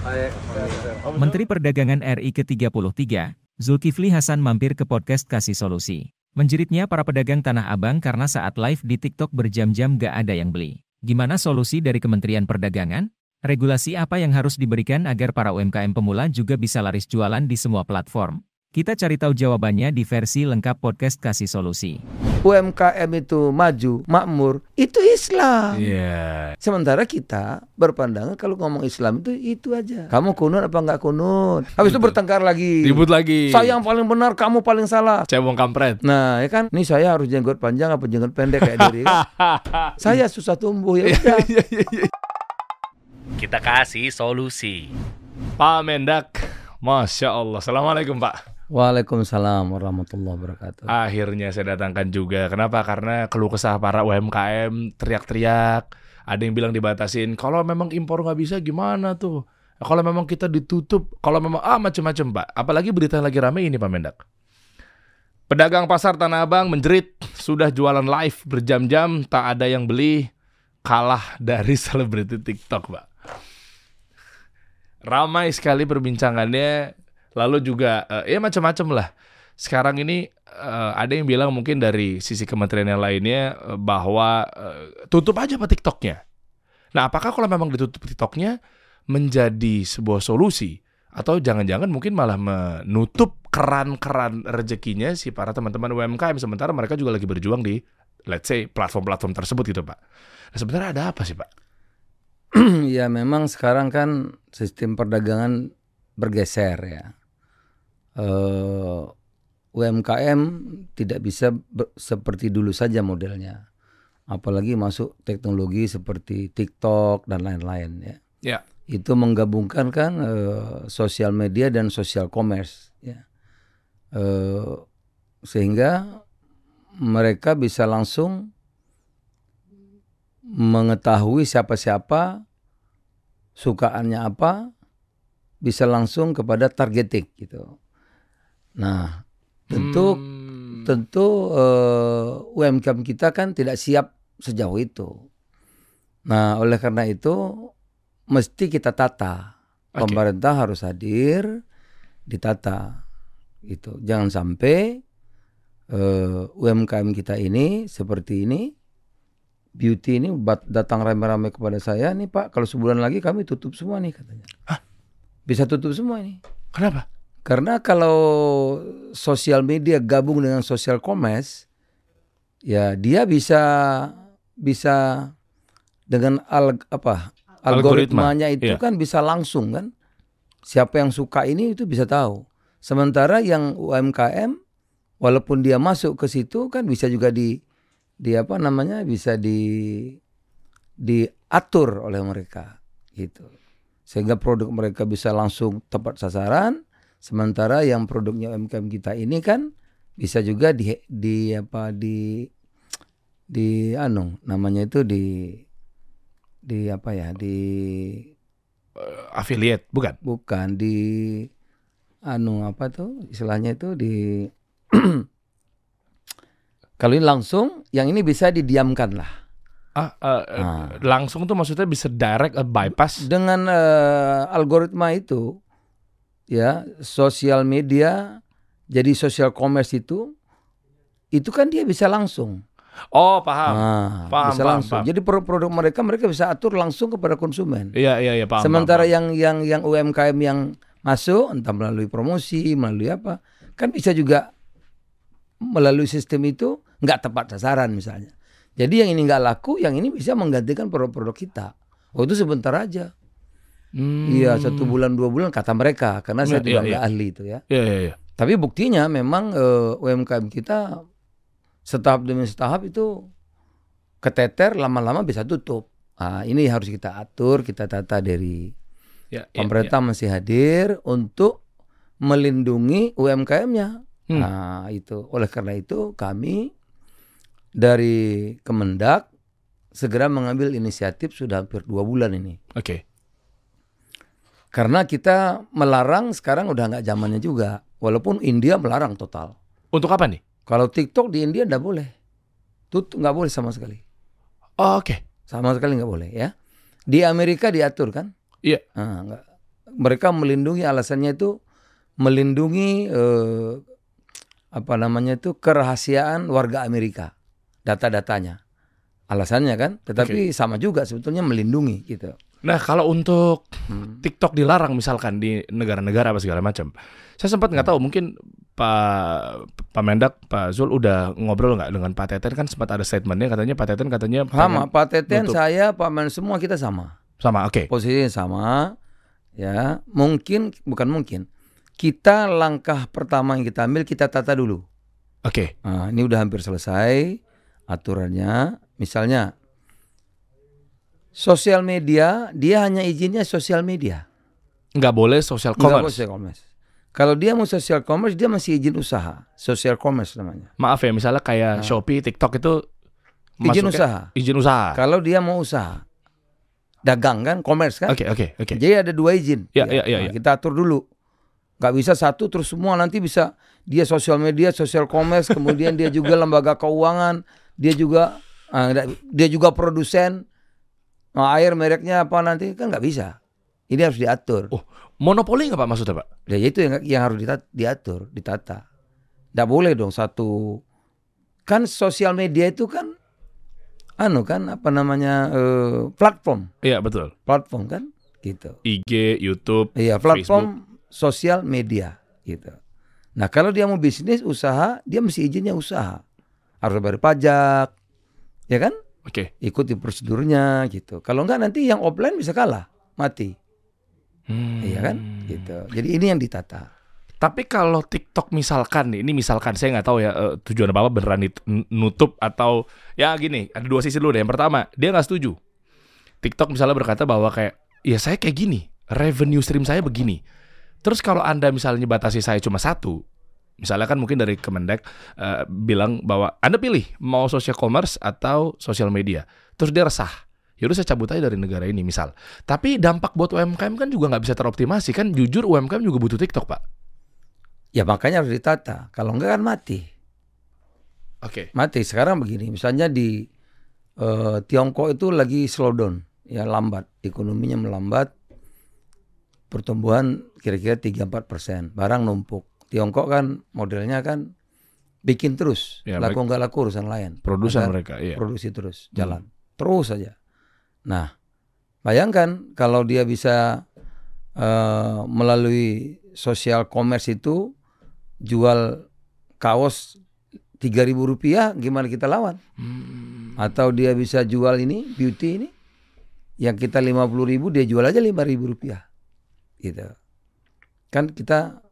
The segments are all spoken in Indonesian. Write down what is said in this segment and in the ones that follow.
Menteri Perdagangan RI ke-33, Zulkifli Hasan mampir ke podcast Kasih Solusi. Menjeritnya para pedagang Tanah Abang karena saat live di TikTok berjam-jam gak ada yang beli. Gimana solusi dari Kementerian Perdagangan? Regulasi apa yang harus diberikan agar para UMKM pemula juga bisa laris jualan di semua platform? Kita cari tahu jawabannya di versi lengkap podcast Kasih Solusi. UMKM itu maju, makmur, itu Islam. Sementara kita berpandangan kalau ngomong Islam itu aja. Kamu kunut apa enggak kunut? Habis itu bertengkar lagi. Ribut lagi. Saya yang paling benar, kamu paling salah. Cebong kampret. Nah, ya kan? Ini saya harus jenggot panjang apa jenggot pendek kayak diri kan? Saya susah tumbuh ya udah. Kita kasih solusi. Pak Mendak, Masya Allah. Assalamualaikum Pak. Waalaikumsalam warahmatullahi wabarakatuh. Akhirnya saya datangkan juga. Kenapa? Karena keluh kesah para UMKM teriak-teriak. Ada yang bilang dibatasin. Kalau memang impor nggak bisa gimana tuh? Kalau memang kita ditutup, kalau memang macam-macam Pak. Apalagi berita yang lagi rame ini Pak Mendak. Pedagang pasar Tanah Abang menjerit, sudah jualan live berjam-jam, tak ada yang beli, kalah dari selebriti TikTok Pak. Ramai sekali perbincangannya. Lalu juga ya macam-macam lah. Sekarang ini ada yang bilang mungkin dari sisi kementerian yang lainnya bahwa tutup aja Pak TikToknya. Nah, apakah kalau memang ditutup TikToknya menjadi sebuah solusi? Atau jangan-jangan mungkin malah menutup keran-keran rezekinya si para teman-teman UMKM, sementara mereka juga lagi berjuang di, let's say, platform-platform tersebut gitu Pak. Nah, sebenarnya ada apa sih Pak? Ya memang sekarang kan sistem perdagangan bergeser ya. UMKM tidak bisa seperti dulu saja modelnya, apalagi masuk teknologi seperti TikTok dan lain-lain ya. Ya. Itu menggabungkan kan sosial media dan sosial commerce ya. Sehingga mereka bisa langsung mengetahui siapa-siapa, sukaannya apa, bisa langsung kepada targeting gitu. Nah, tentu UMKM kita kan tidak siap sejauh itu. Nah, oleh karena itu mesti kita tata. Pemerintah harus hadir, ditata gitu. Jangan sampai UMKM kita ini seperti ini, beauty ini datang rame-rame kepada saya nih Pak, kalau sebulan lagi kami tutup semua nih katanya. Hah? Bisa tutup semua ini. Kenapa? Karena kalau sosial media gabung dengan sosial commerce, ya dia bisa dengan algoritmanya itu kan bisa langsung kan. Siapa yang suka ini itu bisa tahu. Sementara yang UMKM walaupun dia masuk ke situ kan bisa juga bisa diatur oleh mereka gitu. Sehingga produk mereka bisa langsung tepat sasaran. Sementara yang produknya UMKM kita ini kan bisa juga affiliate bukan? Bukan istilahnya itu kalau ini langsung, yang ini bisa didiamkan lah. Langsung tuh maksudnya bisa direct bypass dengan algoritma itu. Ya, sosial media jadi social commerce itu kan dia bisa langsung. Oh, paham. Bisa langsung. Paham. Jadi produk mereka bisa atur langsung kepada konsumen. Iya, paham. Sementara yang UMKM yang masuk entah melalui promosi, melalui apa, kan bisa juga melalui sistem itu nggak tepat sasaran misalnya. Jadi yang ini nggak laku, yang ini bisa menggantikan produk-produk kita. Oh, itu sebentar aja. Iya, 1 bulan 2 bulan kata mereka, karena saya juga nggak ahli itu ya. Iya. Tapi buktinya memang UMKM kita setahap demi setahap itu keteter, lama-lama bisa tutup. Ini harus kita atur, kita tata dari pemerintah mesti hadir untuk melindungi UMKM-nya. Itu. Oleh karena itu kami dari Kemendak segera mengambil inisiatif sudah hampir 2 bulan ini. Oke. Karena kita melarang sekarang udah nggak zamannya juga. Walaupun India melarang total. Untuk apa nih? Kalau TikTok di India nggak boleh. Tutup, nggak boleh sama sekali. Oh, oke. Sama sekali nggak boleh ya. Di Amerika diatur kan? Iya. mereka melindungi, alasannya itu melindungi kerahasiaan warga Amerika, data-datanya. Alasannya kan, tetapi sama juga sebetulnya melindungi gitu. Nah, kalau untuk TikTok dilarang misalkan di negara-negara apa segala macam, saya sempat nggak tahu, mungkin Pak Mendak, Pak Zul udah ngobrol nggak dengan Pak Teten, kan sempat ada statementnya katanya Pak Teten katanya sama Pak Teten, saya, Pak Men, semua kita sama. Sama, oke. Posisinya sama, ya. Bukan mungkin. Kita langkah pertama yang kita ambil, kita tata dulu. Oke. Nah, ini udah hampir selesai aturannya. Misalnya sosial media, dia hanya izinnya sosial media. Nggak boleh social Nggak commerce. boleh social commerce. Kalau dia mau social commerce, dia masih izin usaha. Social commerce namanya. Maaf ya, misalnya kayak Shopee, TikTok itu izin usaha. Izin usaha. Kalau dia mau usaha, dagang kan, commerce kan. Oke. Jadi ada 2 izin. Ya. Kita atur dulu. Nggak bisa satu terus semua, nanti bisa dia sosial media, social commerce, kemudian dia juga lembaga keuangan, dia juga produsen. Air mereknya apa nanti, kan nggak bisa. Ini harus diatur. Oh, monopoli nggak Pak maksudnya Pak? Ya itu yang harus diatur, ditata. Nggak boleh dong satu. Kan sosial media itu kan platform. Iya betul. Platform kan, gitu. IG, YouTube, Iya, platform Facebook. sosial media, gitu. Nah kalau dia mau bisnis usaha, dia mesti izinnya usaha. Harus bayar pajak, ya kan? Oke. Ikuti prosedurnya gitu. Kalau enggak nanti yang offline bisa kalah, mati. Iya kan? Gitu. Jadi ini yang ditata. Tapi kalau TikTok misalkan nih, ini misalkan saya nggak tahu ya tujuan apa beneran nutup atau ya gini, ada 2 sisi dulu deh. Yang pertama, dia nggak setuju. TikTok misalnya berkata bahwa kayak ya saya kayak gini, revenue stream saya begini. Terus kalau Anda misalnya batasi saya cuma 1, misalnya kan mungkin dari Kemendak bilang bahwa Anda pilih mau social commerce atau social media. Terus dia resah. Yaudah saya cabut aja dari negara ini misal. Tapi dampak buat UMKM kan juga nggak bisa teroptimasi. Kan jujur UMKM juga butuh TikTok Pak. Ya makanya harus ditata. Kalau enggak kan mati. Oke. Mati. Sekarang begini. Misalnya di Tiongkok itu lagi slow down. Ya lambat. Ekonominya melambat. Pertumbuhan kira-kira 3-4%. Barang numpuk. Tiongkok kan modelnya kan bikin terus. Ya, laku enggak laku urusan lain. Produsen mereka. Iya. Produksi terus. Jalan. Terus saja. Nah, bayangkan kalau dia bisa melalui social commerce itu jual kaos Rp3.000, gimana kita lawan? Atau dia bisa jual ini beauty ini yang kita 50.000, dia jual aja Rp5.000, gitu. Kan kita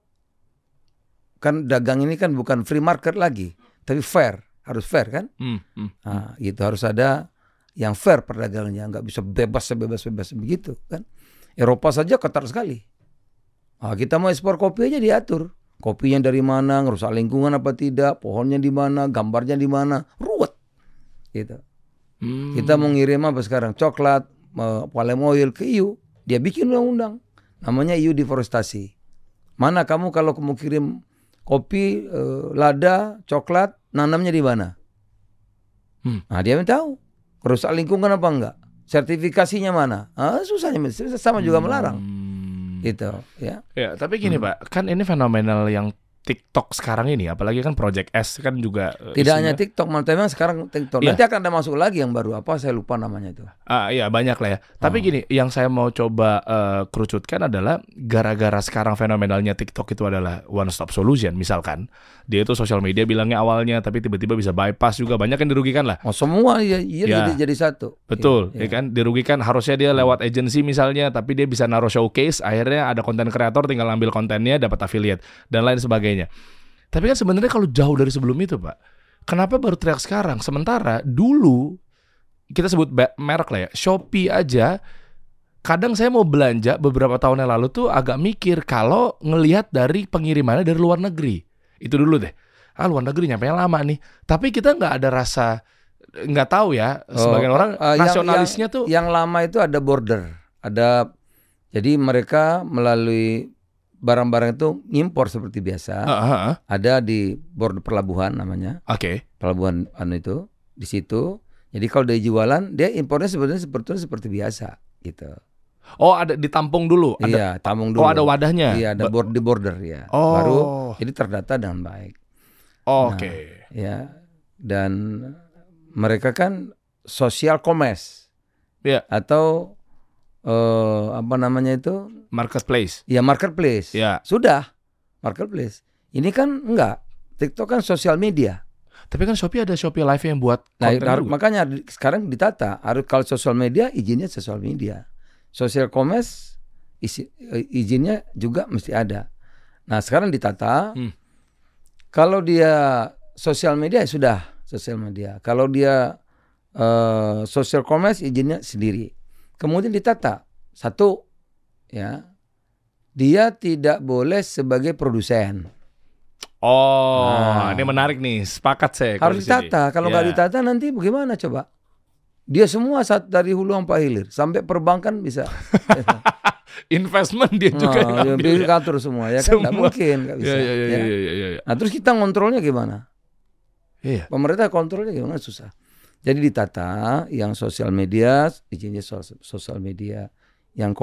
dagang ini kan bukan free market lagi, tapi fair, harus fair kan? Nah, gitu harus ada yang fair perdagangannya, nggak bisa bebas begitu kan. Eropa saja ketat sekali. Nah, kita mau ekspor kopi aja diatur. Kopinya dari mana, ngerusak lingkungan apa tidak, pohonnya di mana, gambarnya di mana, ruwet. Gitu. Kita mau ngirim apa sekarang? Coklat, palm oil ke EU, dia bikin undang-undang. Namanya EU deforestasi. Mana kamu kalau mau kirim kopi, lada, coklat, nanamnya di mana? Nah, dia tahu. Rusak lingkungan apa enggak? Sertifikasinya mana? Susahnya sama juga melarang. Gitu, ya. Ya, tapi gini Pak, kan ini fenomenal yang TikTok sekarang ini, apalagi kan Project S kan juga tidak hanya TikTok, memang sekarang TikTok. Iya. Nanti akan ada masuk lagi yang baru apa? Saya lupa namanya itu. Iya banyak lah ya. Tapi gini, yang saya mau coba kerucutkan adalah gara-gara sekarang fenomenalnya TikTok itu adalah one stop solution. Misalkan dia itu sosial media bilangnya awalnya, tapi tiba-tiba bisa bypass juga, banyak yang dirugikan lah. Oh semua jadi satu. Betul, ya kan dirugikan. Harusnya dia lewat agency misalnya, tapi dia bisa naruh showcase. Akhirnya ada konten kreator tinggal ambil kontennya, dapat affiliate dan lain sebagainya. Tapi kan sebenarnya kalau jauh dari sebelum itu Pak, kenapa baru teriak sekarang? Sementara dulu kita sebut merek lah ya, Shopee aja. Kadang saya mau belanja beberapa tahun yang lalu tuh agak mikir kalau ngelihat dari pengirimannya dari luar negeri. Itu dulu deh. Luar negeri nyampe lama nih. Tapi kita nggak ada rasa, nggak tahu ya. Sebagian orang nasionalisnya tuh. Yang lama itu ada border, jadi mereka melalui barang-barang itu ngimpor seperti biasa. Ada di border pelabuhan namanya. Oke. Pelabuhan itu di situ. Jadi kalau dari jualan dia impornya sebenarnya seperti biasa gitu. Oh, ada ditampung dulu. Iya, tampung dulu. Oh, ada wadahnya. Iya, ada di border ya. Oh. Baru jadi terdata dengan baik. Oh, Nah, oke. Ya, dan mereka kan social commerce Iya. atau apa namanya itu? Marketplace. Ya marketplace. Ya. Sudah marketplace. Ini kan enggak. TikTok kan sosial media. Tapi kan Shopee ada Shopee Live yang buat Nah, konten juga. makanya sekarang ditata. Harus kalau sosial media izinnya sosial media. Social commerce izinnya juga mesti ada. Nah, sekarang ditata. Kalau dia sosial media ya sudah sosial media. Kalau dia social commerce izinnya sendiri. Kemudian ditata. Satu, ya, dia tidak boleh sebagai produsen. Oh, ini menarik nih. Sepakat saya. Harus ditata. Kalau nggak ditata nanti bagaimana coba? Dia semua dari hulu sampai hilir, sampai perbankan bisa. Investment dia juga yang ambil. Dia atur semua ya kan? Nggak mungkin, nggak bisa. Iya. Nah terus kita ngontrolnya gimana? Iya. Pemerintah kontrolnya gimana? Susah. Jadi ditata yang sosial media izinnya sosial media, yang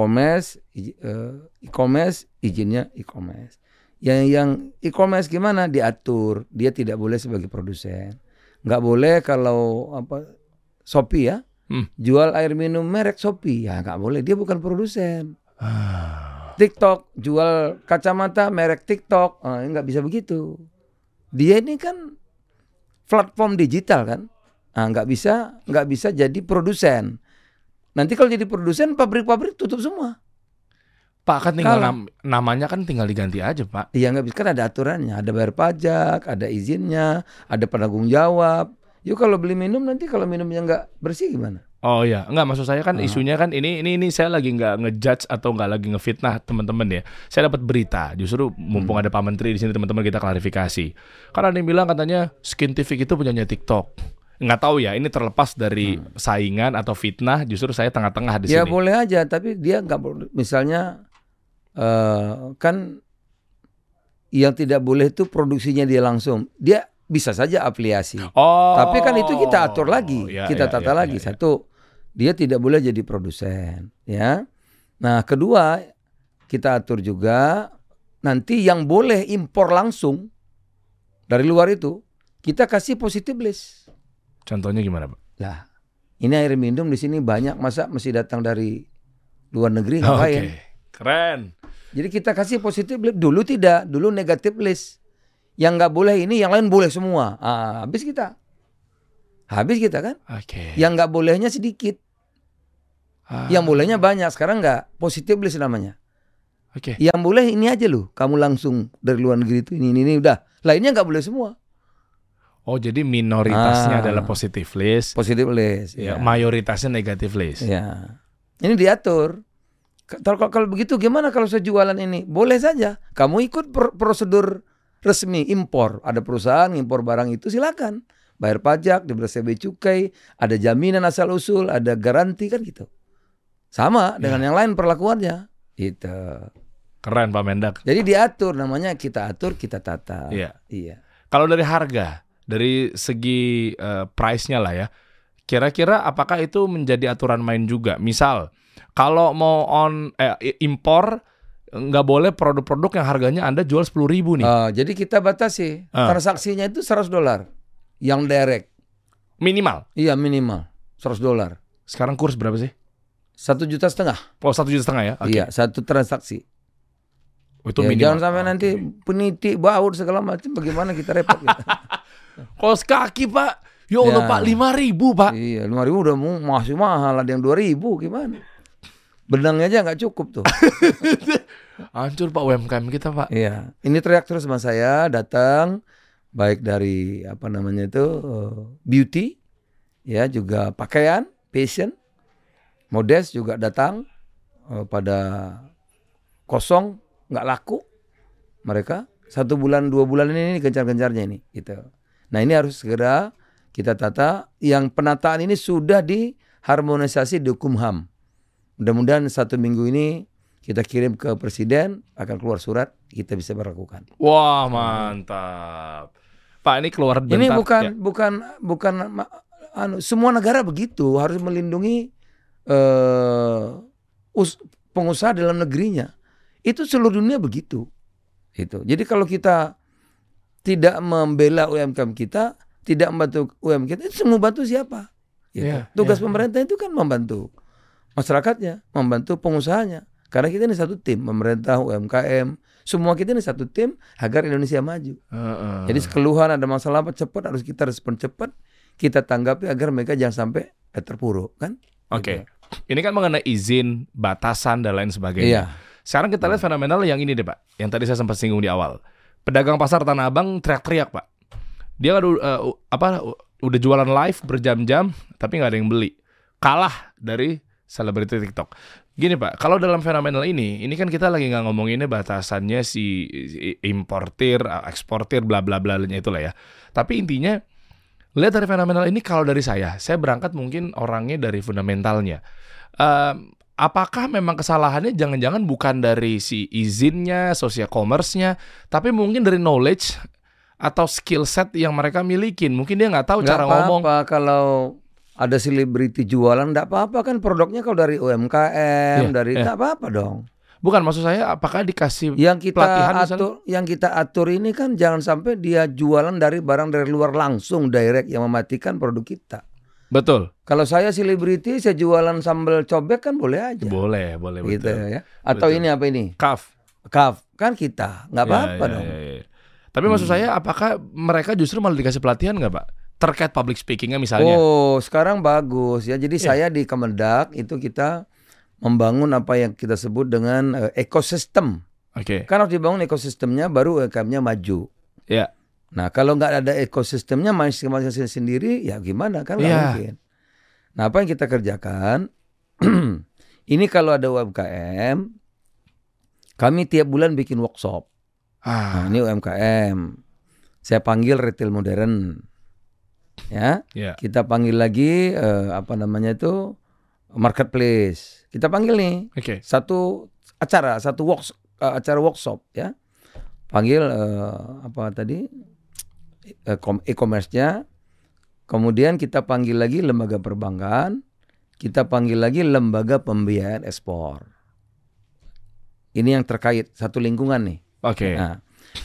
e-commerce izinnya e-commerce. Yang e-commerce gimana? Diatur, dia tidak boleh sebagai produsen. Nggak boleh kalau Shopee ya, jual air minum merek Shopee ya nggak boleh, dia bukan produsen. TikTok jual kacamata merek TikTok, nggak bisa begitu. Dia ini kan platform digital kan. Nggak bisa jadi produsen. Nanti kalau jadi produsen pabrik-pabrik tutup semua. Pak kan tinggal namanya kan tinggal diganti aja Pak. Iya nggak bisa, kan ada aturannya, ada bayar pajak, ada izinnya, ada penanggung jawab. Yuk kalau beli minum nanti kalau minumnya nggak bersih gimana? Oh iya, enggak, maksud saya kan isunya kan ini saya lagi nggak ngejudge atau nggak lagi ngefitnah teman-teman ya. Saya dapat berita, justru mumpung ada Pak Menteri di sini teman-teman kita klarifikasi. Karena ada yang bilang katanya Skintific itu punyanya TikTok. Nggak tahu ya, ini terlepas dari saingan atau fitnah, justru saya tengah-tengah di sini. Ya boleh aja, tapi dia nggak boleh. Misalnya kan yang tidak boleh itu produksinya dia langsung. Dia bisa saja afiliasi. Tapi kan itu kita atur lagi, kita tata lagi. Satu, dia tidak boleh jadi produsen, ya. Nah, kedua, kita atur juga nanti yang boleh impor langsung dari luar itu kita kasih positive list. Contohnya gimana, Pak? Lah, ini air minum di sini banyak, masa mesti datang dari luar negeri ngapain? Oke, keren. Jadi kita kasih positive list. Dulu tidak, dulu negative list. Yang nggak boleh ini, yang lain boleh semua. Habis kita kan? Oke. Yang nggak bolehnya sedikit, yang bolehnya banyak. Sekarang nggak, positive list namanya. Oke. Yang boleh ini aja loh, kamu langsung dari luar negeri itu ini udah. Lainnya nggak boleh semua. Oh, jadi minoritasnya adalah positive list. Positive list. Ya. Mayoritasnya negative list. Ya. Ini diatur. Kalau begitu gimana kalau saya jualan ini? Boleh saja. Kamu ikut prosedur resmi impor. Ada perusahaan impor barang itu silakan. Bayar pajak, diberi bea cukai, ada jaminan asal usul, ada garansi kan gitu. Sama dengan yang lain perlakuannya. Gitu. Keren Pak Mendak. Jadi diatur, namanya kita atur, kita tata. Iya. Iya. Kalau dari harga, dari segi price-nya lah ya, kira-kira apakah itu menjadi aturan main juga? Misal, kalau mau impor, nggak boleh produk-produk yang harganya Anda jual 10.000 nih. Jadi kita batasi transaksinya itu $100 yang direct. Minimal? Iya minimal $100. Sekarang kurs berapa sih? 1,5 juta. Oh, 1,5 juta ya? Okay. Iya, satu transaksi. Itu ya, minimal. jangan sampai nanti penitik, baur segala macam. Bagaimana kita repot gitu. Kos kaki Pak. Ya Allah Pak, 5.000 Pak. Iya, 5.000 udah masih mahal. Ada yang 2.000 gimana? Benangnya aja nggak cukup tuh. Hancur Pak UMKM kita Pak. Iya, ini teriak terus sama saya datang. Baik dari beauty, ya juga pakaian, fashion, modest juga datang pada kosong, nggak laku mereka 1 bulan 2 bulan ini gencar-gencarnya ini gitu. Nah ini harus segera kita tata. Yang penataan ini sudah diharmonisasi di hukum HAM. Mudah-mudahan 1 minggu ini kita kirim ke presiden, akan keluar surat, kita bisa berlakukan. Wah mantap. Pak ini keluar bentar. Ini bukan semua negara begitu, harus melindungi pengusaha dalam negerinya. Itu seluruh dunia begitu. Itu. Jadi kalau kita tidak membela UMKM kita, tidak membantu UMKM kita, itu semua bantu siapa? Gitu. Tugas pemerintah itu kan membantu masyarakatnya, membantu pengusahanya. Karena kita ini satu tim, pemerintah, UMKM, semua kita ini satu tim agar Indonesia maju. Jadi keluhan ada masalah apa cepat harus kita respon cepat, kita tanggapi agar mereka jangan sampai terpuruk, kan? Oke. Ini kan mengenai izin, batasan dan lain sebagainya. Iya. Sekarang kita lihat fenomenal yang ini deh Pak, yang tadi saya sempat singgung di awal. Pedagang pasar Tanah Abang teriak-teriak Pak. Dia udah jualan live berjam-jam, tapi nggak ada yang beli. Kalah dari selebriti TikTok. Gini Pak, kalau dalam fenomenal ini kan kita lagi nggak ngomonginnya batasannya si importir, eksportir, bla bla bla itulah ya. Tapi intinya, lihat dari fenomenal ini, kalau dari saya berangkat mungkin orangnya dari fundamentalnya. Apakah memang kesalahannya jangan-jangan bukan dari si izinnya, social commerce-nya, tapi mungkin dari knowledge atau skill set yang mereka milikin. Mungkin dia nggak tahu cara ngomong. Nggak apa-apa kalau ada selebriti jualan, nggak apa-apa kan produknya kalau dari UMKM, nggak apa-apa dong. Bukan, maksud saya apakah dikasih yang kita pelatihan atur, misalnya? yang kita atur ini kan jangan sampai dia jualan dari barang dari luar langsung direct yang mematikan produk kita. Betul. Kalau saya selebriti, saya jualan sambal cobek kan boleh aja. Boleh gitu betul. Ya. Atau betul. ini apa ini? Kaf kan kita nggak apa-apa dong. Ya. Tapi maksud saya apakah mereka justru malah dikasih pelatihan nggak Pak? Terkait public speakingnya misalnya. Oh, sekarang bagus ya. Jadi saya di Kemendak itu kita membangun apa yang kita sebut dengan ekosistem. Oke. Kan harus dibangun ekosistemnya baru UMKM-nya maju. Ya. Nah, kalau nggak ada ekosistemnya masing-masing sendiri ya gimana kan nggak mungkin. Nah, apa yang kita kerjakan? Ini kalau ada UMKM, kami tiap bulan bikin workshop. Nah, ini UMKM. Saya panggil retail modern. Ya, kita panggil lagi marketplace. Kita panggil nih satu acara workshop ya. Panggil e-commerce-nya. Kemudian kita panggil lagi lembaga perbankan, kita panggil lagi lembaga pembiayaan ekspor. Ini yang terkait satu lingkungan nih. Oke. Nah,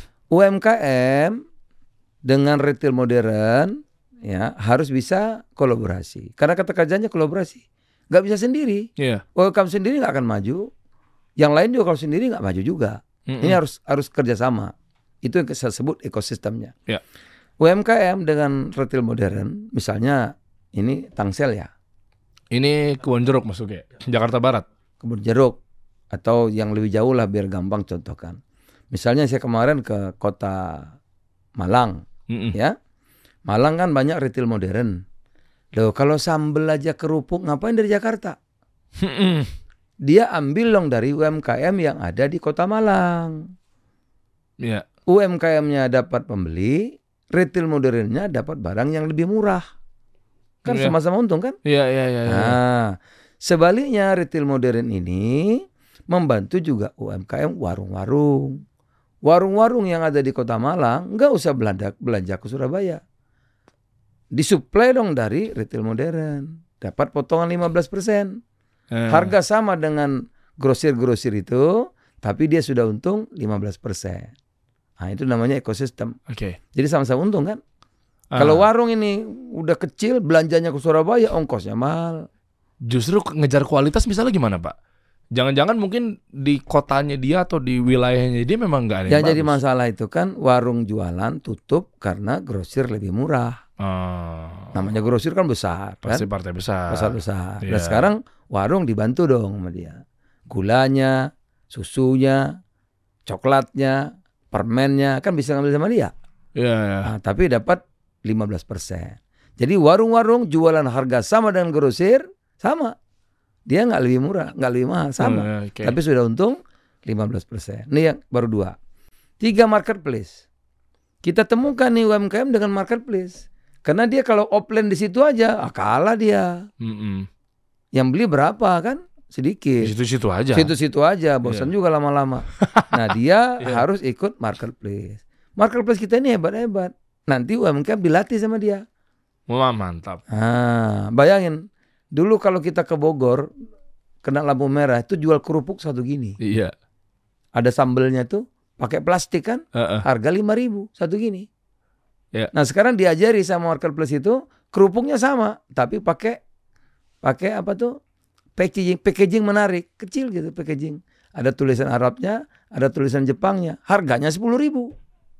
UMKM dengan retail modern ya harus bisa kolaborasi. Karena kata kerjanya kolaborasi. Nggak bisa sendiri. UMKM sendiri nggak akan maju. Yang lain juga kalau sendiri nggak maju juga. Ini harus kerjasama. Itu yang saya sebut ekosistemnya. UMKM dengan retail modern, misalnya ini Tangsel ya. Ini Kebun Jeruk masuknya, Jakarta Barat. Kebun Jeruk atau yang lebih jauh lah biar gampang contohkan. Misalnya saya kemarin ke kota Malang, ya. Malang kan banyak retail modern. Loh, kalau sambel aja kerupuk ngapain dari Jakarta? Dia ambil dong dari UMKM yang ada di kota Malang. UMKM-nya dapat pembeli, retail modernnya dapat barang yang lebih murah. Kan sama-sama untung kan? Nah, sebaliknya retail modern ini membantu juga UMKM warung-warung. Warung-warung yang ada di kota Malang nggak usah belanja ke Surabaya. Disuplai dong dari retail modern. Dapat potongan 15%. Harga sama dengan grosir-grosir itu, tapi dia sudah untung 15%. Nah, itu namanya ekosistem. Jadi sama-sama untung kan? Kalau warung ini udah kecil, belanjanya ke Surabaya, ongkosnya mahal. Justru ngejar kualitas misalnya gimana Pak? Jangan-jangan mungkin di kotanya dia atau di wilayahnya dia memang nggak ada yang bagus. Jadi masalah itu kan warung jualan tutup karena grosir lebih murah. Namanya grosir kan besar. Pasti kan? partai besar. Besar. Dan sekarang warung dibantu dong sama dia. Gulanya, susunya, coklatnya, permennya kan bisa ngambil sama dia. Nah, tapi dapat 15%. Jadi warung-warung jualan harga sama dengan grosir, sama. Dia nggak lebih murah, nggak lebih mahal, sama. Tapi sudah untung 15%. Ini yang baru 2. 3 marketplace. Kita temukan nih UMKM dengan marketplace. Karena dia kalau offline di situ aja, kalah dia. Yang beli berapa kan? Sedikit. Situ-situ aja. Situ-situ aja, bosan juga lama-lama. Nah dia harus ikut marketplace. Marketplace kita ini hebat-hebat. Nanti UMKM dilatih sama dia. Wah, mantap. Bayangin. Dulu kalau kita ke Bogor, kena lampu merah itu jual kerupuk satu gini. Iya. Ada sambelnya tuh pakai plastik kan, harga 5.000 satu gini. Ya. Nah sekarang diajari sama marketplace itu kerupuknya sama, tapi pakai apa tuh packaging menarik, kecil gitu packaging. Ada tulisan Arabnya, ada tulisan Jepangnya, harganya 10.000.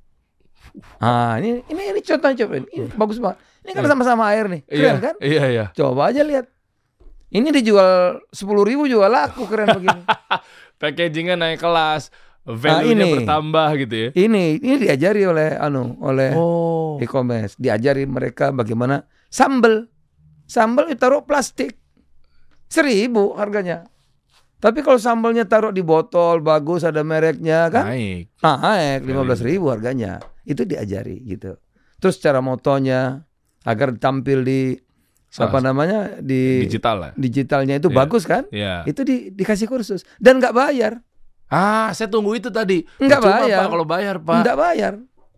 Ah ini contohnya coba, ini bagus banget. Ini kan sama-sama air nih, keren kan? Iya. Coba aja lihat. Ini dijual 10.000 juga laku, keren begini. Packagingnya naik kelas, value-nya bertambah gitu ya. Ini diajari oleh e-commerce, diajari mereka bagaimana sambal ditaruh plastik 1.000 harganya. Tapi kalau sambalnya taruh di botol bagus ada mereknya kan? Naik 15.000 harganya. Itu diajari gitu. Terus cara motonya agar tampil di di digital lah. Digitalnya itu bagus kan? Itu dikasih kursus dan nggak bayar. Saya tunggu itu tadi. Nggak bayar. Pak, kalau bayar Pak. Nggak bayar.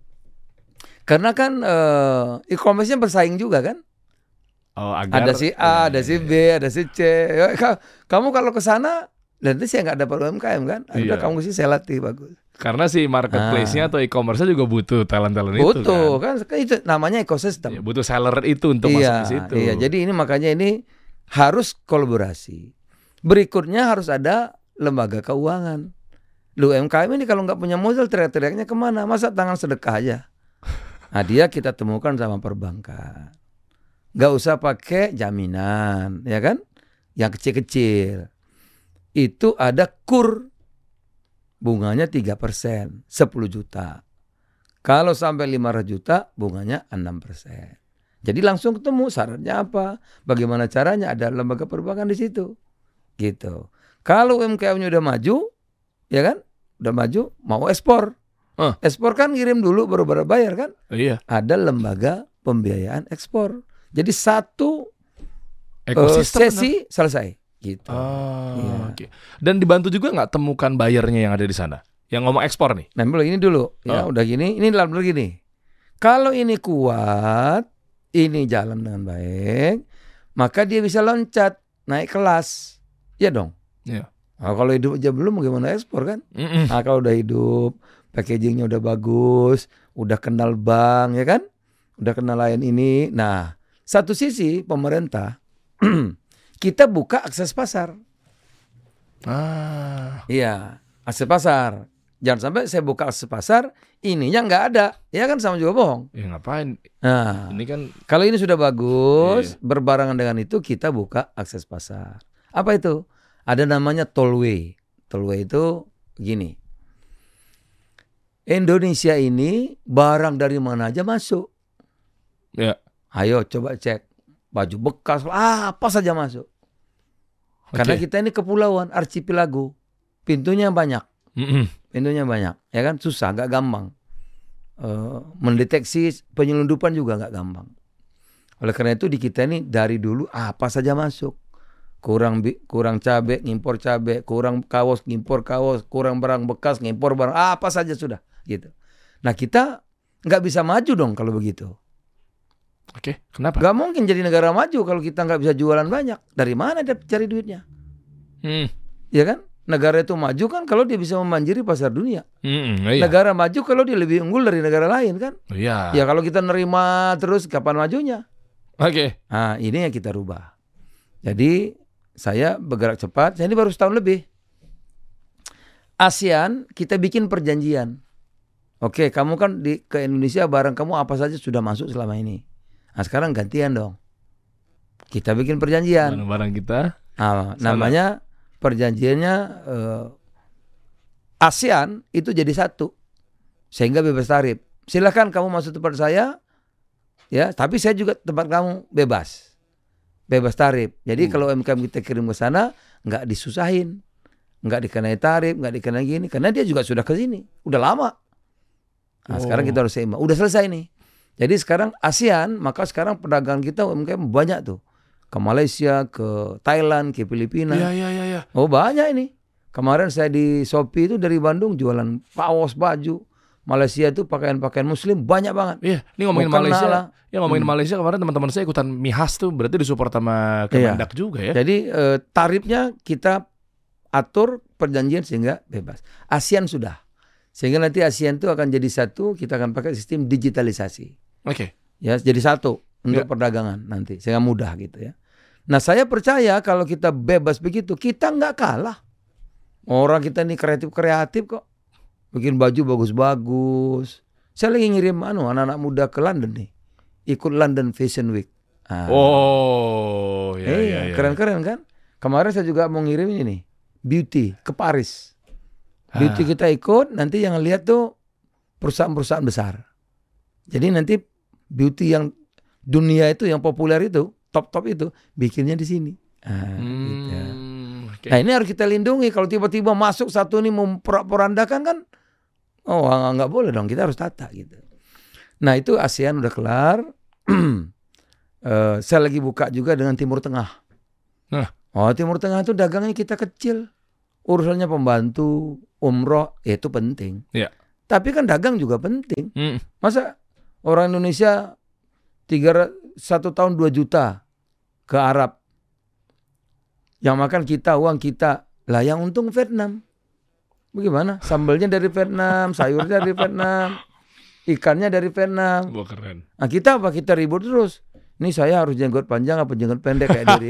Karena kan e-commerce-nya bersaing juga kan? Ada si A, ada si B, ada si C. Kamu kalau ke sana, nanti saya nggak dapat UMKM kan? Udah kamu sih saya latih bagus. Karena si marketplace-nya atau e-commerce-nya juga butuh talent-talent itu kan. Butuh kan itu namanya ekosistem. Butuh seller itu untuk masuk ke situ. Iya, jadi ini makanya ini harus kolaborasi. Berikutnya harus ada lembaga keuangan. Lu UMKM ini kalau nggak punya modal teriak-teriaknya kemana? Masa tangan sedekah aja? Nah dia kita temukan sama perbankan. Nggak usah pakai jaminan, ya kan? Yang kecil-kecil. Itu ada KUR. Bunganya 3%, 10 juta. Kalau sampai 500 juta, bunganya 6%. Jadi langsung ketemu syaratnya apa, bagaimana caranya, ada lembaga perbankan di situ. Gitu. Kalau UMKM-nya udah maju, ya kan? Udah maju, mau ekspor. Ekspor kan ngirim dulu baru bayar kan? Iya. Ada lembaga pembiayaan ekspor. Jadi satu sesi selesai. Gitu. Okay. Dan dibantu juga nggak temukan bayarnya yang ada di sana, yang ngomong ekspor nih. Nah, ini dulu, ya udah gini, ini dalam dulu gini. Kalau ini kuat, ini jalan dengan baik, maka dia bisa loncat naik kelas, ya dong. Iya. Nah, kalau hidup aja belum, bagaimana ekspor kan? Nah, kalau udah hidup, packagingnya udah bagus, udah kenal bank, ya kan? Udah kenal lain ini. Nah, satu sisi pemerintah. Kita buka akses pasar. Iya, akses pasar. Jangan sampai saya buka akses pasar, ininya nggak ada. Ya kan sama juga bohong. Ya ngapain? Nah, ini kan kalau ini sudah bagus, berbarengan dengan itu kita buka akses pasar. Apa itu? Ada namanya tollway. Tollway itu gini. Indonesia ini barang dari mana aja masuk. Ya. Ayo coba cek. Baju bekas, apa saja masuk. Karena kita ini kepulauan, archipelago. Pintunya banyak. Pintunya banyak. Ya kan, susah, gak gampang. Mendeteksi penyelundupan juga gak gampang. Oleh karena itu di kita ini dari dulu apa saja masuk. Kurang cabai, ngimpor cabai. Kurang kaos, ngimpor kaos. Kurang barang bekas, ngimpor barang. Apa saja sudah. Gitu. Nah kita gak bisa maju dong kalau begitu. Oke, kenapa? Gak mungkin jadi negara maju kalau kita nggak bisa jualan banyak. Dari mana dia cari duitnya? Ya kan? Negara itu maju kan kalau dia bisa memanjiri pasar dunia. Iya. Negara maju kalau dia lebih unggul dari negara lain kan? Iya. Ya kalau kita nerima terus kapan majunya? Oke. Nah ini yang kita rubah. Jadi saya bergerak cepat. Saya ini baru setahun lebih. ASEAN kita bikin perjanjian. Oke, kamu kan ke Indonesia barang kamu apa saja sudah masuk selama ini. Nah sekarang gantian dong. Kita bikin perjanjian. Barang-barang kita. Namanya perjanjiannya ASEAN itu jadi satu. Sehingga bebas tarif. Silakan kamu masuk tempat saya. Ya, tapi saya juga tempat kamu bebas. Bebas tarif. Jadi kalau UMKM kita kirim ke sana nggak disusahin. Nggak dikenai tarif, nggak dikenai gini. Karena dia juga sudah ke sini. Udah lama. Nah sekarang kita harus seimbang. Udah selesai nih. Jadi sekarang ASEAN, maka sekarang perdagangan kita UMKM banyak tuh. Ke Malaysia, ke Thailand, ke Filipina. Iya. Oh banyak ini. Kemarin saya di Shopee itu dari Bandung jualan kaos, baju. Malaysia itu pakaian-pakaian muslim banyak banget. Iya, ini ngomongin Bukan Malaysia. malah. Ya ngomongin Malaysia kemarin teman-teman saya ikutan Mihas tuh berarti disupport sama Kemendak juga ya. Jadi tarifnya kita atur perjanjian sehingga bebas. ASEAN sudah. Sehingga nanti ASEAN itu akan jadi satu, kita akan pakai sistem digitalisasi. Oke. Ya, jadi satu untuk perdagangan nanti sehingga mudah gitu ya. Nah, saya percaya kalau kita bebas begitu, kita nggak kalah. Orang kita ini kreatif kok. Bikin baju bagus-bagus. Saya lagi ngirim anak-anak muda ke London nih. Ikut London Fashion Week. Iya. Keren-keren kan? Kemarin saya juga mau ngirim ini nih. Beauty ke Paris. Beauty kita ikut, nanti yang lihat tuh perusahaan-perusahaan besar. Jadi nanti beauty yang dunia itu, yang populer itu, top-top itu, bikinnya di sini. Gitu. Okay. Nah, ini harus kita lindungi. Kalau tiba-tiba masuk satu ini memporak-porandakan kan, nggak boleh dong. Kita harus tata gitu. Nah, itu ASEAN udah kelar. Saya lagi buka juga dengan Timur Tengah. Timur Tengah itu dagangnya kita kecil. Urusannya pembantu, umroh, itu penting. Yeah. Tapi kan dagang juga penting. Masa orang Indonesia 1 tahun 2 juta ke Arab. Yang makan kita, uang kita. Lah yang untung Vietnam. Bagaimana? Sambalnya dari Vietnam, sayurnya dari Vietnam, ikannya dari Vietnam. Wah, keren. Nah, kita apa? Kita ribut terus. Ini saya harus jenggot panjang apa jenggot pendek kayak diri.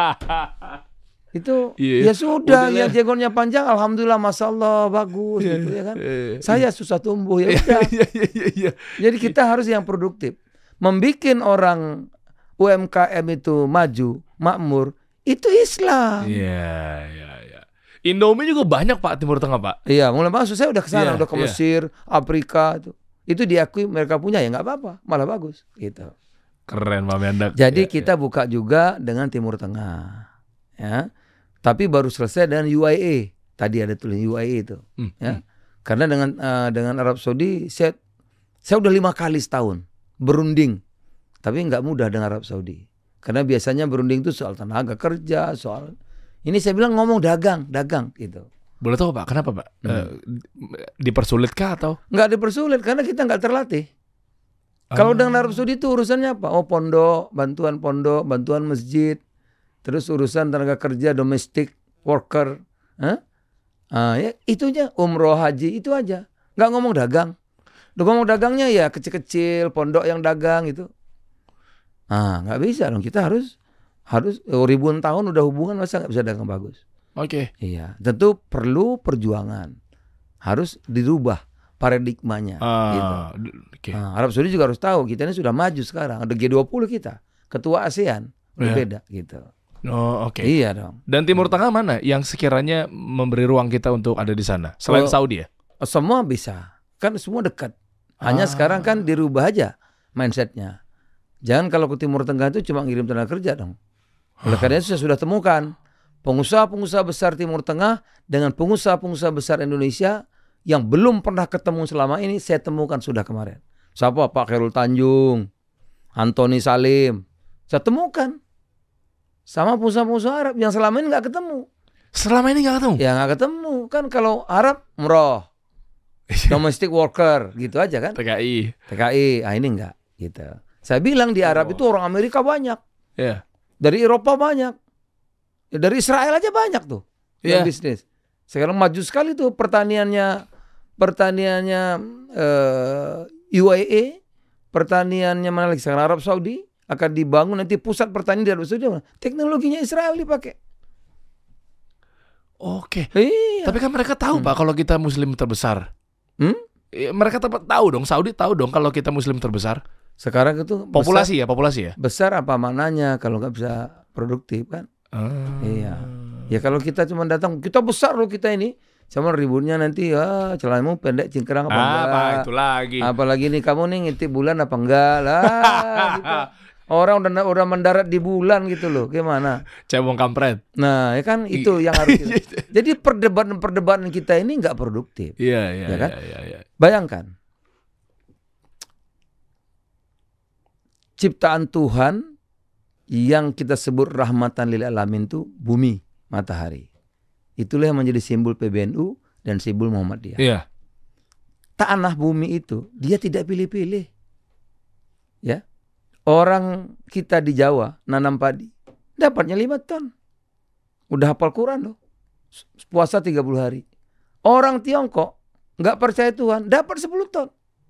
Itu ya sudah, yang jenggotnya panjang alhamdulillah masyaallah bagus gitu ya kan. Saya susah tumbuh ya udah. Jadi kita harus yang produktif. Membikin orang UMKM itu maju, makmur, itu Islam. Iya. Indomie juga banyak Pak Timur Tengah Pak. Iya, mulai masuk saya udah ke sana, udah ke Mesir, Afrika itu. Itu diakui mereka punya ya nggak apa-apa, malah bagus gitu. Keren Pak Mendak. Jadi kita buka juga dengan Timur Tengah. Ya. Tapi baru selesai dengan UAE. Tadi ada tulis UAE itu. Ya. Karena dengan Arab Saudi saya udah 5 kali setahun berunding. Tapi nggak mudah dengan Arab Saudi. Karena biasanya berunding itu soal tenaga kerja, soal ini saya bilang ngomong dagang gitu. Boleh tahu Pak, kenapa Pak? Dipersulit kah atau? Nggak dipersulit karena kita nggak terlatih. Kalau dengan Arab Saudi itu urusannya apa? Pondok, bantuan masjid, terus urusan tenaga kerja, domestic worker, ya itunya umroh haji itu aja. Nggak ngomong dagang. Ngomong dagangnya ya kecil-kecil, pondok yang dagang itu. Nggak bisa dong. Kita harus ribuan tahun udah hubungan masa nggak bisa dagang bagus. Oke. Iya, tentu perlu perjuangan. Harus dirubah paradigmanya. Gitu. Okay. Arab Saudi juga harus tahu kita ini sudah maju sekarang. Ada G20 kita, ketua ASEAN, berbeda gitu. Oke. Iya dong. Dan Timur Tengah mana yang sekiranya memberi ruang kita untuk ada di sana? Selain Saudi ya? Semua bisa, kan semua dekat. Hanya sekarang kan dirubah aja mindsetnya. Jangan kalau ke Timur Tengah itu cuma ngirim tenaga kerja dong. Oleh karena itu saya sudah temukan pengusaha-pengusaha besar Timur Tengah dengan pengusaha-pengusaha besar Indonesia yang belum pernah ketemu selama ini saya temukan sudah kemarin. Siapa? Pak Khairul Tanjung, Antoni Salim. Saya temukan sama pengusaha-pengusaha Arab yang selama ini nggak ketemu. Selama ini nggak ketemu? Ya nggak ketemu. Kan kalau Arab umroh, domestic worker gitu aja kan. TKI. Ini enggak gitu. Saya bilang di Arab itu orang Amerika banyak. Yeah. Dari Eropa banyak. Ya, dari Israel aja banyak tuh yang bisnis. Sekarang maju sekali tuh pertaniannya UAE, pertaniannya mana lagi sekarang Arab Saudi akan dibangun nanti pusat pertanian di Arab Saudi. Teknologinya Israel dipakai. Oke. Iya. Tapi kan mereka tahu Pak kalau kita Muslim terbesar. Mereka tahu dong, Saudi tahu dong kalau kita Muslim terbesar. Sekarang itu populasi ya. Besar apa maknanya kalau nggak bisa produktif kan? Iya. Ya kalau kita cuma datang, kita besar loh kita ini. Cuma ributnya nanti celanamu pendek cingkrang apa enggak? Apa itu lagi? Apalagi nih kamu nih ngintip bulan apa enggak lah gitu. Orang udah mendarat di bulan gitu loh. Gimana? Cebong kampret. Nah, ya kan itu yang harus kita. Jadi perdebatan kita ini nggak produktif. Iya. Ya kan? Iya. Bayangkan. Ciptaan Tuhan yang kita sebut rahmatan lil alamin itu bumi, matahari. Itulah yang menjadi simbol PBNU dan simbol Muhammadiyah. Iya. tanah bumi itu dia tidak pilih-pilih. Ya. Orang kita di Jawa nanam padi, dapatnya 5 ton. Udah hafal Quran loh. Puasa 30 hari. Orang Tiongkok nggak percaya Tuhan, dapat 10 ton.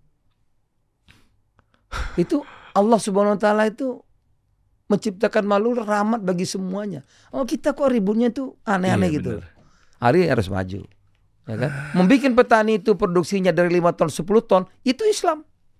Itu Allah Subhanahu wa taala itu menciptakan makhluk rahmat bagi semuanya. Oh, kita kok ributnya tuh aneh-aneh gitu. Bener. Hari harus maju. Ya kan? Membikin petani itu produksinya dari 5 ton 10 ton, itu Islam.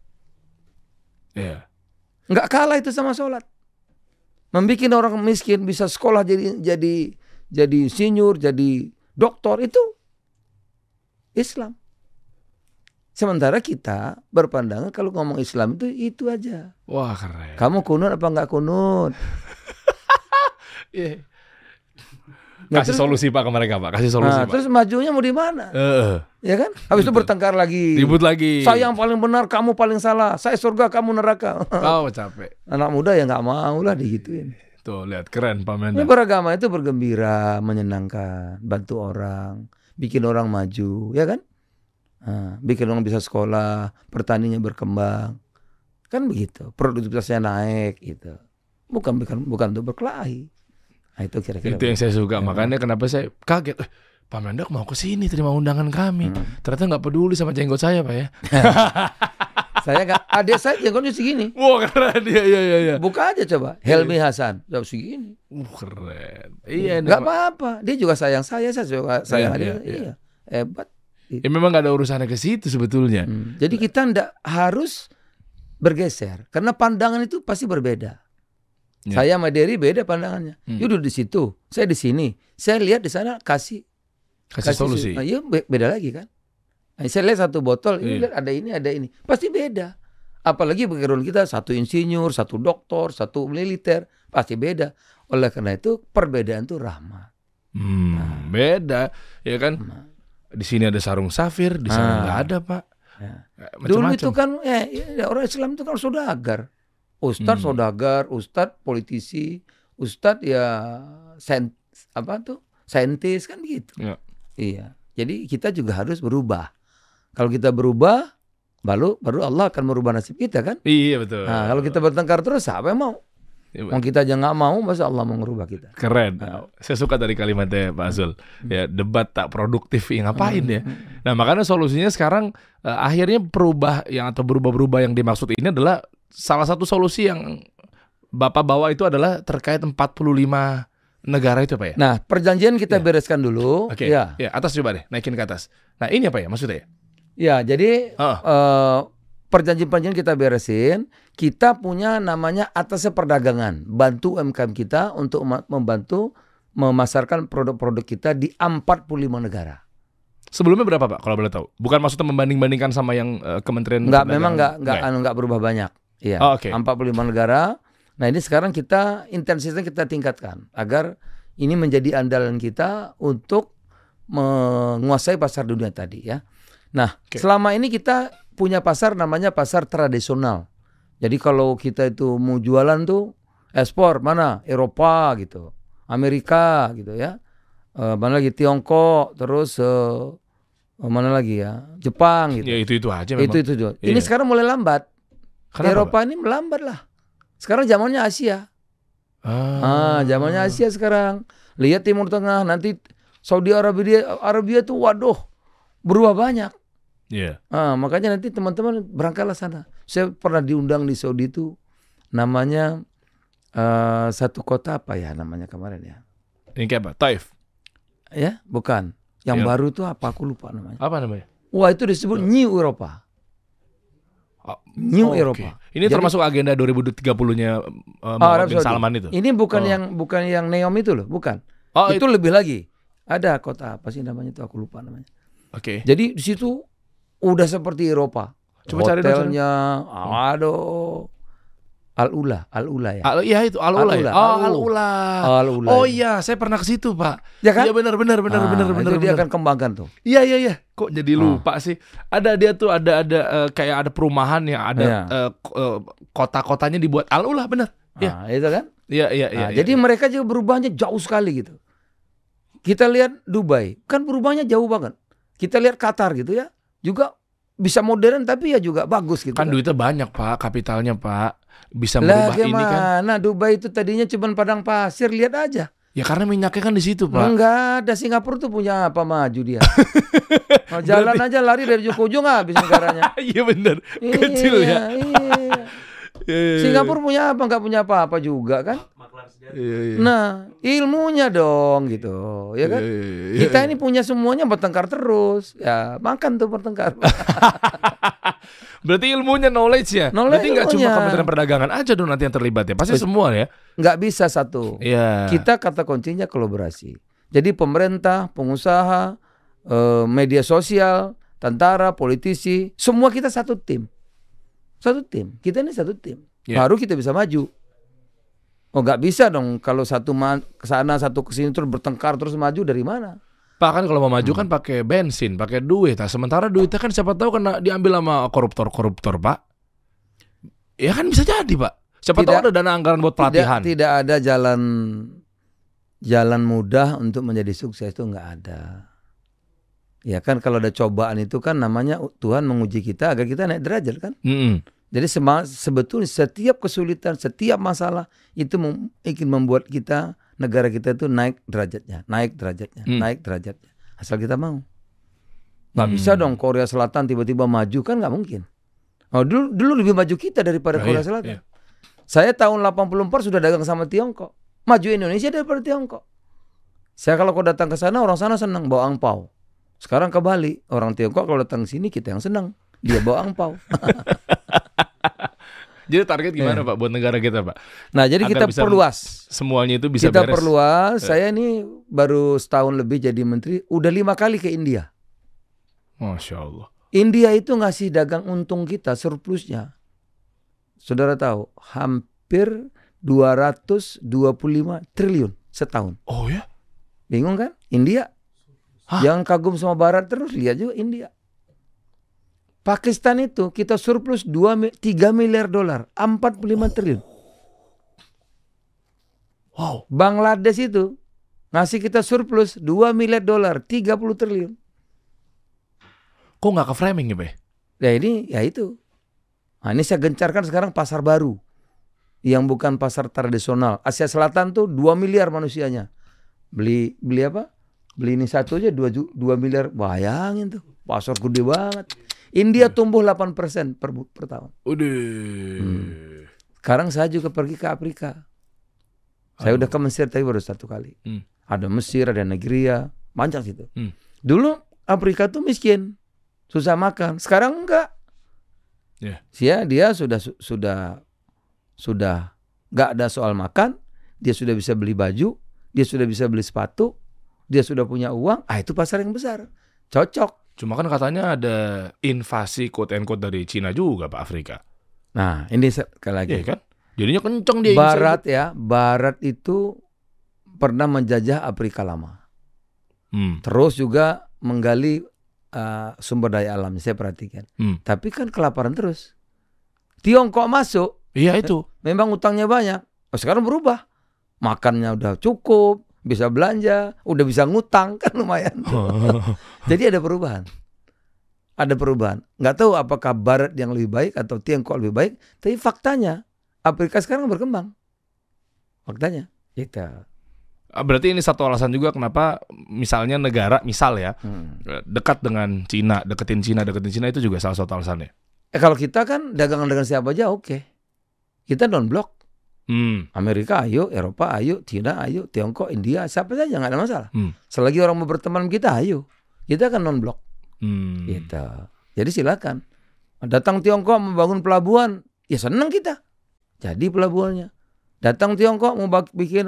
Iya. Nggak kalah itu sama sholat. Membikin orang miskin bisa sekolah jadi insinyur, jadi doktor, itu Islam. Sementara kita berpandangan kalau ngomong Islam itu aja. Wah, keren. Kamu kunut apa nggak kunut? Iya. Nah, Kasih terus- solusi Pak ke mereka, Pak. Kasih solusi, Nah, Pak. terus majunya mau di mana? Ya kan? Habis itu Betul. bertengkar lagi. Ribut lagi. Saya yang paling benar, kamu paling salah. Saya surga, kamu neraka. Oh, capek. Anak muda ya nggak mau lah digituin. Tuh, lihat keren Pak Ini Mendak. beragama itu bergembira, menyenangkan, bantu orang, bikin orang maju, ya kan? Nah, bikin orang bisa sekolah, pertaniannya berkembang, kan begitu. Produktivitasnya naik, gitu. Bukan untuk berkelahi. Nah, itu kira-kira. Itu yang saya suka. Makanya kenapa saya kaget. Pak Mendak mau ke sini terima undangan kami. Ternyata nggak peduli sama jenggot saya, Pak ya. Saya nggak, adik saya jenggotnya segini. Wah, keren. Iya. Buka aja coba, Helmi Hasan, jauh segini. Keren. Iya, ini Nggak Pak. apa-apa, dia juga sayang saya juga sayang Iya, adik. iya. Iya, hebat. Ya memang nggak ada urusannya ke situ sebetulnya. Jadi kita ndak harus bergeser karena pandangan itu pasti berbeda. Ya. Saya sama Dery beda pandangannya. Yaudah di situ, saya di sini. Saya lihat di sana kasih Solusi. Nah, iya beda lagi kan. Nah, saya lihat satu botol, ini Iya. lihat ada ini. Pasti beda. Apalagi background kita satu insinyur, satu doktor, satu militer, pasti beda. Oleh karena itu perbedaan itu rahmat. Beda, ya kan? Di sini ada sarung safir, di sana nggak ada, Pak. Ya. Macam-macam. Dulu itu kan orang Islam itu kan saudagar. Ustadz saudagar, ustadz politisi, ustadz ya saintis kan gitu. Ya. Iya. Jadi kita juga harus berubah. Kalau kita berubah, baru Allah akan merubah nasib kita kan. Iya betul. Nah, kalau kita bertengkar terus, siapa yang mau? Iya, Mau kita aja nggak mau, masa Allah mau ngerubah kita? Keren. Saya suka dari kalimatnya Pak Azul. Ya, debat tak produktif, ya ngapain ya? Nah, makanya solusinya sekarang akhirnya berubah yang dimaksud ini adalah salah satu solusi yang Bapak bawa itu adalah terkait 45 negara itu, Pak ya? Nah, perjanjian kita bereskan dulu. Oke. Ya. Ya, atas coba deh, naikin ke atas. Nah, ini apa ya maksudnya? Ya, jadi Oh. perjanjian kita beresin. Kita punya namanya atasnya perdagangan. Bantu UMKM kita untuk membantu memasarkan produk-produk kita di 45 negara. Sebelumnya berapa, Pak? Kalau boleh tahu. Bukan maksudnya membanding-bandingkan sama yang Kementerian Enggak, Perdagangan. memang Enggak ya? enggak berubah banyak. Iya. Oh, oke. 45 negara. Nah, ini sekarang kita intensitasnya kita tingkatkan agar ini menjadi andalan kita untuk menguasai pasar dunia tadi ya. Nah, selama ini kita punya pasar namanya pasar tradisional. Jadi kalau kita itu mau jualan tuh ekspor mana? Eropa gitu, Amerika gitu ya. Mana lagi Tiongkok, terus mana lagi ya? Jepang gitu. Ya itu aja memang. Itu juga. Iya. Ini sekarang mulai lambat. Kenapa, Eropa ini melambat lah. Sekarang zamannya Asia. Zamannya Asia sekarang. Lihat Timur Tengah, nanti Saudi Arabia tuh waduh berubah banyak. Iya. Makanya nanti teman-teman berangkatlah sana. Saya pernah diundang di Saudi itu, namanya satu kota apa ya namanya kemarin ya? Ini kayak apa? Taif. Ya, bukan. Yang Ya. baru itu apa? Aku lupa namanya. Apa namanya? Wah, itu disebut New Eropa. New Oke. Eropa. Ini Jadi- termasuk agenda 2030-nya Arab Muhammad bin Saudi. Salman itu. Ini bukan yang Neom itu loh, bukan. Oh, itu lebih lagi. Ada kota apa sih namanya itu? Aku lupa namanya. Oke. Jadi di situ udah seperti Eropa. Coba cari dong, hotelnya, aduh, Al-Ula ya. Iya itu Al-Ula. Al-Ula. Al-Ula. Al-Ula. Oh iya, saya pernah ke situ, Pak. Ya kan? Iya benar. Itu dia akan kembangkan tuh. Iya. Kok jadi lupa sih? Ada dia tuh ada kayak ada perumahan yang ada Iya. kota-kotanya dibuat Al-Ula, benar. Iya. Itu kan. Iya. Jadi mereka juga berubahnya jauh sekali gitu. Kita lihat Dubai, kan berubahnya jauh banget. Kita lihat Qatar gitu ya, juga bisa modern tapi ya juga bagus gitu. Kan duitnya banyak Pak, kapitalnya Pak. Bisa Lah merubah ini kan. gimana? Dubai itu tadinya cuma padang pasir, lihat aja. Ya karena minyaknya kan di situ Pak. Enggak ada, Singapura tuh punya apa, maju dia. Oh, jalan aja lari dari ujung ke ujung habis negaranya. Iya benar. Kecil ya. Iya. Singapura punya apa? Enggak punya apa-apa juga kan? Iya. Nah, ilmunya dong gitu, ya kan? Iya. Kita ini punya semuanya bertengkar terus. Ya, makan tuh bertengkar. Berarti ilmunya knowledge ya. Berarti nggak cuma Ilmunya. Kementerian Perdagangan aja dong nanti yang terlibat ya. Pasti semua ya. Nggak bisa satu. Iya. Kita kata kuncinya kolaborasi. Jadi pemerintah, pengusaha, media sosial, tentara, politisi, semua kita satu tim. Satu tim. Kita ini satu tim. Ya. Baru kita bisa maju. Oh, nggak bisa dong kalau satu ke sana, satu ke sini terus bertengkar terus maju dari mana? Pak kan kalau mau maju kan pakai bensin, pakai duit. Nah, sementara duitnya kan siapa tahu kena diambil sama koruptor Pak. Ya kan bisa jadi Pak. Siapa tahu ada dana anggaran buat pelatihan. Tidak ada jalan mudah untuk menjadi sukses, itu nggak ada. Ya kan kalau ada cobaan itu kan namanya Tuhan menguji kita agar kita naik derajat kan. Jadi sebetulnya setiap kesulitan, setiap masalah itu ingin membuat kita, negara kita itu naik derajatnya. Naik derajatnya. Asal kita mau. Nggak bisa dong Korea Selatan tiba-tiba maju, kan nggak mungkin. Oh, dulu lebih maju kita daripada Korea Selatan. Saya tahun 84 sudah dagang sama Tiongkok. Maju Indonesia daripada Tiongkok. Saya kalau kau datang ke sana, orang sana senang bawa angpau. Sekarang ke Bali, orang Tiongkok kalau datang ke sini kita yang senang. Dia bawa angpau. Jadi target gimana Pak buat negara kita Pak? Nah jadi Agar kita perluas. Semuanya itu bisa kita beres. Perluas. Saya ini baru setahun lebih jadi menteri, udah 5 kali ke India. Masya Allah. India itu ngasih dagang untung kita surplusnya. Saudara tahu hampir 225 triliun setahun. Oh ya? Bingung kan? India. Hah? Yang kagum sama Barat terus, lihat juga India. Pakistan itu kita surplus 3 miliar dolar, 45 triliun. Wow. Bangladesh itu ngasih kita surplus 2 miliar dolar, 30 triliun. Kok nggak ke framing ya Pak? Ya ini, ya itu. Nah, ini saya gencarkan sekarang pasar baru. Yang bukan pasar tradisional. Asia Selatan tuh 2 miliar manusianya. Beli apa? Beli ini satu aja 2 miliar. Bayangin tuh. Pasar gede banget. India tumbuh 8% per tahun. Udah. Sekarang saya juga pergi ke Afrika. Saya udah ke Mesir tadi baru 1 kali. Ada Mesir, ada Nigeria, banyak situ. Dulu Afrika tuh miskin, susah makan. Sekarang enggak. Dia sudah nggak ada soal makan. Dia sudah bisa beli baju, dia sudah bisa beli sepatu, dia sudah punya uang. Itu pasar yang besar, cocok. Cuma kan katanya ada invasi quote and quote dari Cina juga Pak Afrika. Nah ini sekali lagi. Iya kan? Jadinya kenceng dia. Barat itu pernah menjajah Afrika lama. Terus juga menggali sumber daya alamnya, saya perhatikan. Tapi kan kelaparan terus. Tiongkok masuk. Iya itu. Memang utangnya banyak. Sekarang berubah. Makannya udah cukup. Bisa belanja, udah bisa ngutang, kan lumayan. Jadi ada perubahan. Nggak tahu apakah Barat yang lebih baik atau Tiongkok lebih baik. Tapi faktanya Afrika sekarang berkembang. Faktanya. Gitu. Berarti ini satu alasan juga kenapa misalnya negara dekat dengan Cina, deketin Cina itu juga salah satu alasannya. Kalau kita kan dagangan dengan siapa aja oke. Kita non-blok. Amerika ayo, Eropa ayo, Cina ayo, Tiongkok, India, siapa saja nggak ada masalah. Selagi orang mau berteman kita ayo, kita kan non blok. Gitu. Jadi silakan. Datang Tiongkok membangun pelabuhan, ya senang kita. Jadi pelabuhannya. Datang Tiongkok mau bikin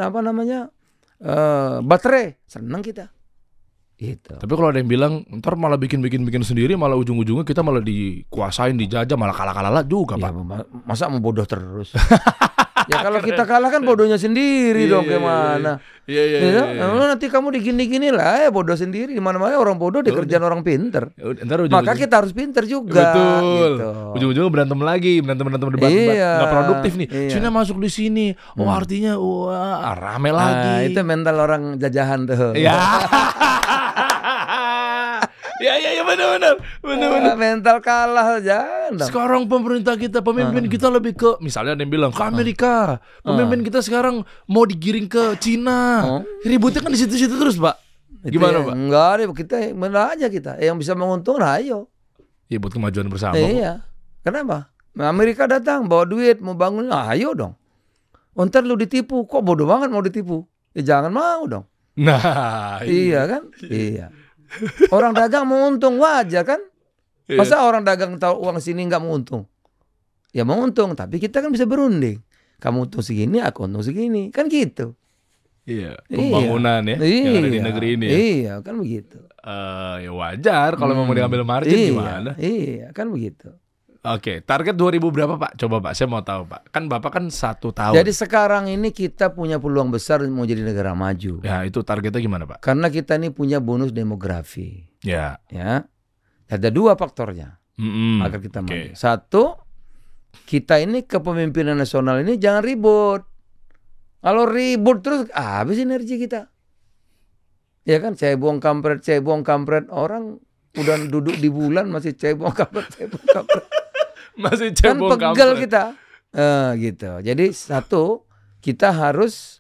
baterai, senang kita. Gitu. Tapi kalau ada yang bilang ntar malah bikin sendiri, malah ujung-ujungnya kita malah dikuasain, dijajah, malah kalah juga Pak. Masa mau bodoh terus? Ya kalau kita kalah kan bodohnya sendiri dong, gimana? Iya. Nanti kamu digini-gini lah, bodoh sendiri. Di mana-mana orang bodoh dikerjain orang pinter. Maka kita harus pinter juga. Betul. Gitu. Ujung-ujungnya berantem lagi, berantem debat, nggak produktif nih. Iya. Cina masuk di sini, artinya rame lagi. Itu mental orang jajahan tuh. Iya. Ya benar. Mental kalah jangan dong. Sekarang pemerintah kita, pemimpin kita lebih ke, misalnya ada yang bilang ke Amerika, pemimpin kita sekarang mau digiring ke Cina. Ributnya kan di situ-situ terus, Pak. Gimana, Pak? Enggak deh, kita benar aja kita. Yang bisa menguntungkan, ayo. Ya buat kemajuan bersama. Iya. Kenapa? Amerika datang bawa duit mau bangun, ayo dong. Ntar lu ditipu, kok bodoh banget mau ditipu? Ya jangan mau dong. Nah, Iya kan? Iya. Orang dagang mau untung wajar kan? Masa orang dagang tahu uang sini nggak mau untung? Ya mau untung, tapi kita kan bisa berunding. Kamu untung segini, aku untung segini, kan gitu. Iya, pembangunan ya yang ada di negeri ini. Iya, kan begitu. Ya wajar kalau mau diambil margin gimana? Iya, kan begitu. Oke, target 2000 berapa Pak? Coba Pak, saya mau tahu Pak. Kan Bapak kan 1 tahun. Jadi sekarang ini kita punya peluang besar mau jadi negara maju. Ya itu targetnya gimana Pak? Karena kita ini punya bonus demografi. Ya. Ada 2 faktornya agar kita maju. 1, kita ini kepemimpinan nasional ini jangan ribut. Kalau ribut terus habis energi kita. Ya kan, cebong kampret, orang udah duduk di bulan masih cebong kampret. Masih cebong kan pegel kita. Gitu. Jadi 1, kita harus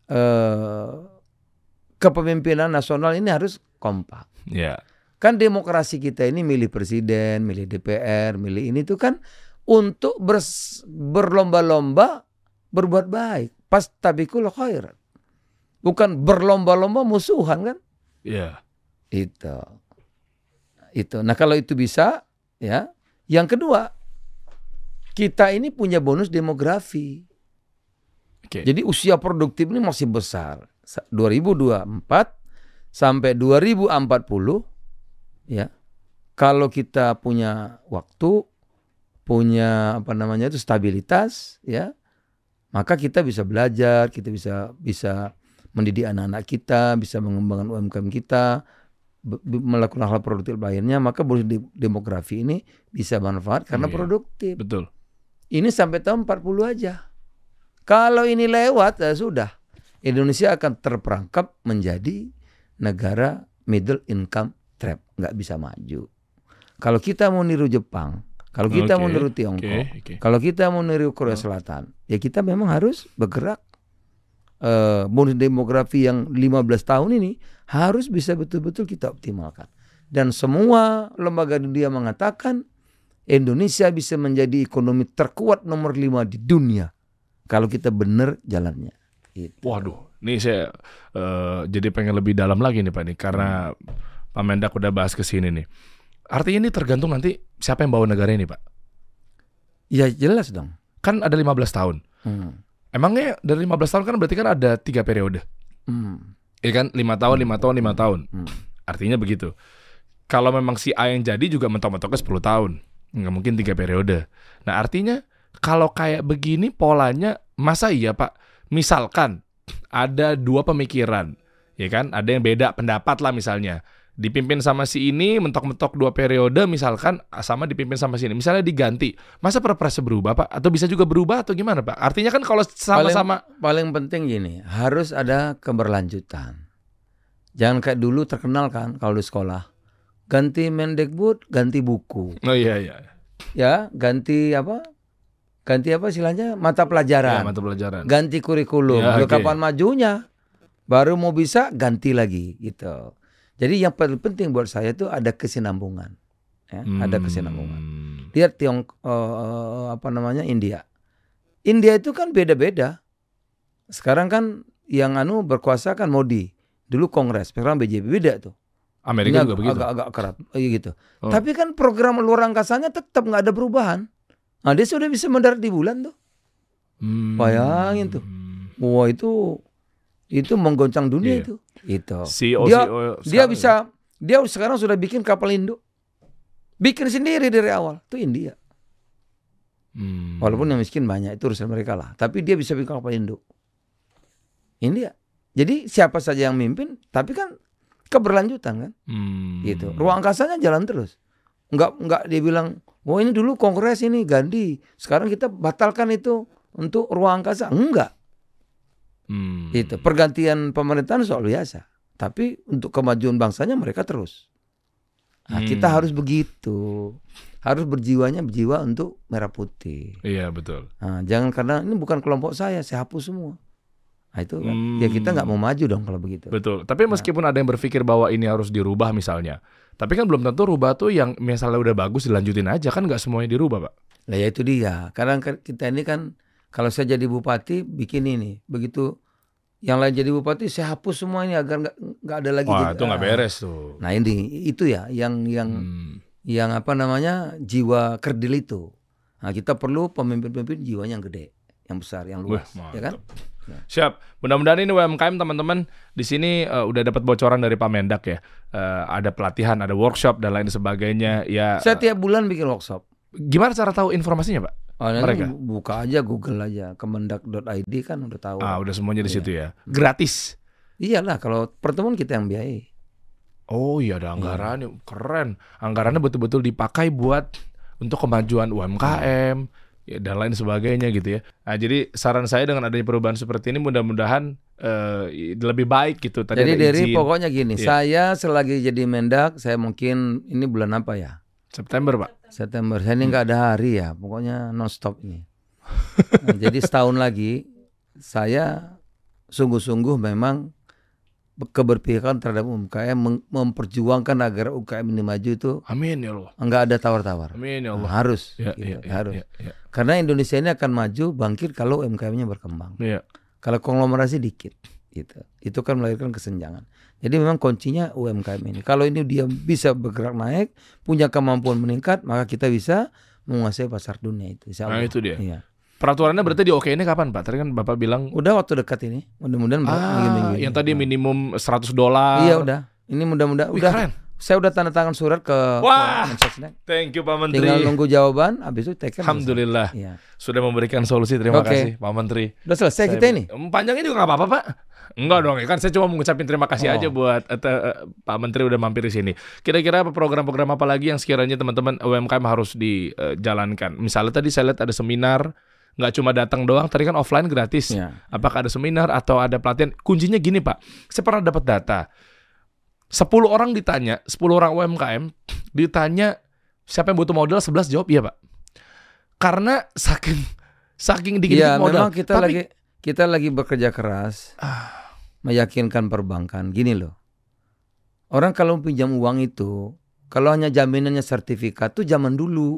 kepemimpinan nasional ini harus kompak. Ya. Kan demokrasi kita ini milih presiden, milih DPR, milih ini tuh kan untuk berlomba-lomba berbuat baik. Pastabikul khairat. Bukan berlomba-lomba musuhan kan? Iya. Itu. Nah, kalau itu bisa, ya. Yang kedua, kita ini punya bonus demografi. Jadi usia produktif ini masih besar. 2024 sampai 2040, ya. Kalau kita punya waktu, punya stabilitas, ya. Maka kita bisa belajar, kita bisa mendidik anak-anak kita, bisa mengembangkan UMKM kita, melakukan hal produktif lainnya, maka bonus demografi ini bisa manfaat karena produktif. Betul. Ini sampai tahun 40 aja. Kalau ini lewat, ya sudah. Indonesia akan terperangkap menjadi negara middle income trap, nggak bisa maju. Kalau kita mau niru Jepang, kalau kita mau niru Tiongkok, kalau kita mau niru Korea Selatan, ya kita memang harus bergerak. Bonus demografi yang 15 tahun ini harus bisa betul-betul kita optimalkan. Dan semua lembaga dunia mengatakan Indonesia bisa menjadi ekonomi terkuat nomor 5 di dunia kalau kita benar jalannya. Gitu. Waduh, ini saya jadi pengen lebih dalam lagi nih Pak nih, karena Pak Mendak udah bahas ke sini nih. Artinya ini tergantung nanti siapa yang bawa negara ini Pak? Ya jelas dong. Kan ada 15 tahun. Emangnya dari 15 tahun kan berarti kan ada 3 periode. Iya kan, 5 tahun, 5 tahun, 5 tahun. Artinya begitu. Kalau memang si A yang jadi juga mentok-mentoknya 10 tahun. Nggak mungkin 3 periode. Nah artinya kalau kayak begini polanya, masa iya Pak? Misalkan ada 2 pemikiran, ya kan? Ada yang beda pendapat lah misalnya. Dipimpin sama si ini, mentok-mentok 2 periode misalkan, sama dipimpin sama si ini. Misalnya diganti, masa perpresnya berubah Pak? Atau bisa juga berubah atau gimana Pak? Artinya kan kalau sama-sama... Paling penting gini, harus ada keberlanjutan. Jangan kayak dulu terkenal kan kalau di sekolah. Ganti Mendikbud, ganti buku. Oh iya. Ya, ganti apa istilahnya? Mata pelajaran. Ya, mata pelajaran. Ganti kurikulum. Ya, kapan majunya? Baru mau bisa ganti lagi gitu. Jadi yang paling penting buat saya itu ada kesinambungan, ya, ada kesinambungan. Lihat India. India itu kan beda-beda. Sekarang kan yang berkuasa kan Modi. Dulu Kongres, sekarang BJP, beda tuh. Amerika juga begitu. Agak kerat, gitu. Tapi kan program luar angkasanya tetap nggak ada perubahan. Nah, dia sudah bisa mendarat di bulan tuh. Bayangin tuh. Wah itu menggoncang dunia itu. Itu. Dia sekarang sudah bikin kapal induk. Bikin sendiri dari awal. Itu India. Walaupun yang miskin banyak, itu urusan mereka lah. Tapi dia bisa bikin kapal induk. India. Jadi siapa saja yang mimpin, tapi kan keberlanjutan kan. Gitu. Ruang angkasanya jalan terus. Enggak dia bilang, "Oh, ini dulu Kongres ini ganti. Sekarang kita batalkan itu untuk ruang angkasa." Enggak. Itu pergantian pemerintahan soal biasa, tapi untuk kemajuan bangsanya mereka terus. Nah, kita harus begitu. Harus berjiwa untuk merah putih. Iya, betul. Nah, jangan karena ini bukan kelompok saya hapus semua. Nah, itu kan, ya kita nggak mau maju dong kalau begitu. Betul. Tapi meskipun ada yang berpikir bahwa ini harus dirubah misalnya, tapi kan belum tentu rubah tuh yang misalnya udah bagus dilanjutin aja, kan nggak semuanya dirubah, Pak. Nah, ya itu dia. Karena kita ini kan kalau saya jadi bupati bikin ini, begitu yang lain jadi bupati saya hapus semua ini agar nggak ada lagi. Wah, itu nggak beres tuh. Nah, ini itu ya yang apa namanya jiwa kerdil itu. Nah, kita perlu pemimpin-pemimpin jiwanya yang gede, yang besar, yang luas, ya kan? Ya. Siap. Mudah-mudahan ini UMKM teman-teman di sini udah dapat bocoran dari Pak Mendak ya. Ada pelatihan, ada workshop dan lain sebagainya. Ya. Saya tiap bulan bikin workshop. Gimana cara tahu informasinya, Pak? Mereka buka aja Google aja kemendak.id kan udah tahu. Udah semuanya di situ ya. Gratis. Iyalah, kalau pertemuan kita yang biayai. Oh iya, ada anggarannya. Keren. Anggarannya betul-betul dipakai buat untuk kemajuan UMKM ya, dan lain sebagainya gitu ya. Nah, jadi saran saya dengan adanya perubahan seperti ini mudah-mudahan lebih baik gitu. Tadi jadi dari izin. Pokoknya gini, saya selagi jadi Mendak, saya mungkin ini bulan apa ya? September, Pak. September. Saya ini nggak ada hari ya, pokoknya non stop ini. Nah, jadi setahun lagi saya sungguh-sungguh memang keberpihakan terhadap UMKM, memperjuangkan agar UMKM ini maju itu. Amin ya Allah. Enggak ada tawar-tawar. Amin ya Allah. Nah, harus, Ya, gitu, ya, harus. Ya. Karena Indonesia ini akan maju bangkit kalau UMKM-nya berkembang. Ya. Kalau konglomerasi dikit, gitu. Itu kan melahirkan kesenjangan. Jadi memang kuncinya UMKM ini. Kalau ini dia bisa bergerak naik, punya kemampuan meningkat, maka kita bisa menguasai pasar dunia itu. Insya Allah. Nah, itu dia. Iya. Peraturannya berarti di ini kapan, Pak? Tadi kan Bapak bilang Udah waktu dekat ini, mudah-mudahan minggu-minggu ini. yang tadi minimum $100. Iya udah. Ini mudah-mudahan udah. Keren. Saya udah tanda tangan surat ke Mensesnek. Thank you Pak Menteri. Tinggal nunggu jawaban, habis itu take. Alhamdulillah. Iya. Sudah memberikan solusi. Terima Oke. kasih Pak Menteri. Udah selesai kita ini. Panjangnya juga nggak apa-apa, Pak. Enggak dong, kan saya cuma mengucapin terima kasih aja buat Pak Menteri udah mampir di sini. Kira-kira program-program apa lagi yang sekiranya teman-teman UMKM harus dijalankan? Misalnya tadi saya lihat ada seminar, nggak cuma datang doang, tadi kan offline gratis. Ya. Apakah ada seminar atau ada pelatihan? Kuncinya gini, Pak. Saya pernah dapat data. 10 orang ditanya, 10 orang UMKM ditanya siapa yang butuh modal, 11 jawab iya, Pak. Karena saking dikit-dikit modal. Memang kita lagi bekerja keras meyakinkan perbankan. Gini loh. Orang kalau pinjam uang itu, kalau hanya jaminannya sertifikat tuh zaman dulu.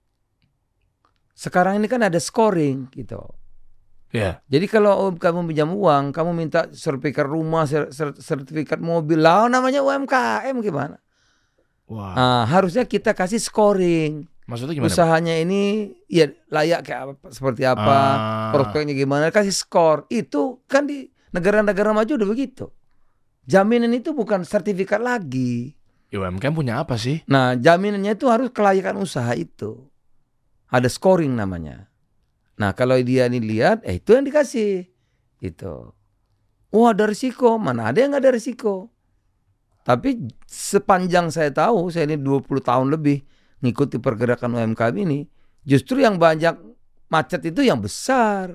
Sekarang ini kan ada scoring gitu. Ya. Jadi kalau kamu pinjam uang, kamu minta sertifikat rumah, sertifikat mobil, lah namanya UMKM gimana? Wah. Nah, harusnya kita kasih scoring. Maksudnya gimana? Usahanya ini ya layak kayak apa, seperti apa, prospeknya gimana, kasih skor. Itu kan di negara-negara maju udah begitu. Jaminan itu bukan sertifikat lagi. UMKM punya apa sih? Nah, jaminannya itu harus kelayakan usaha itu. Ada scoring namanya. Nah, kalau dia ini lihat, itu yang dikasih. Gitu. Wah, ada risiko. Mana ada yang nggak ada risiko. Tapi sepanjang saya tahu, saya ini 20 tahun lebih ngikuti pergerakan UMKM ini, justru yang banyak macet itu yang besar.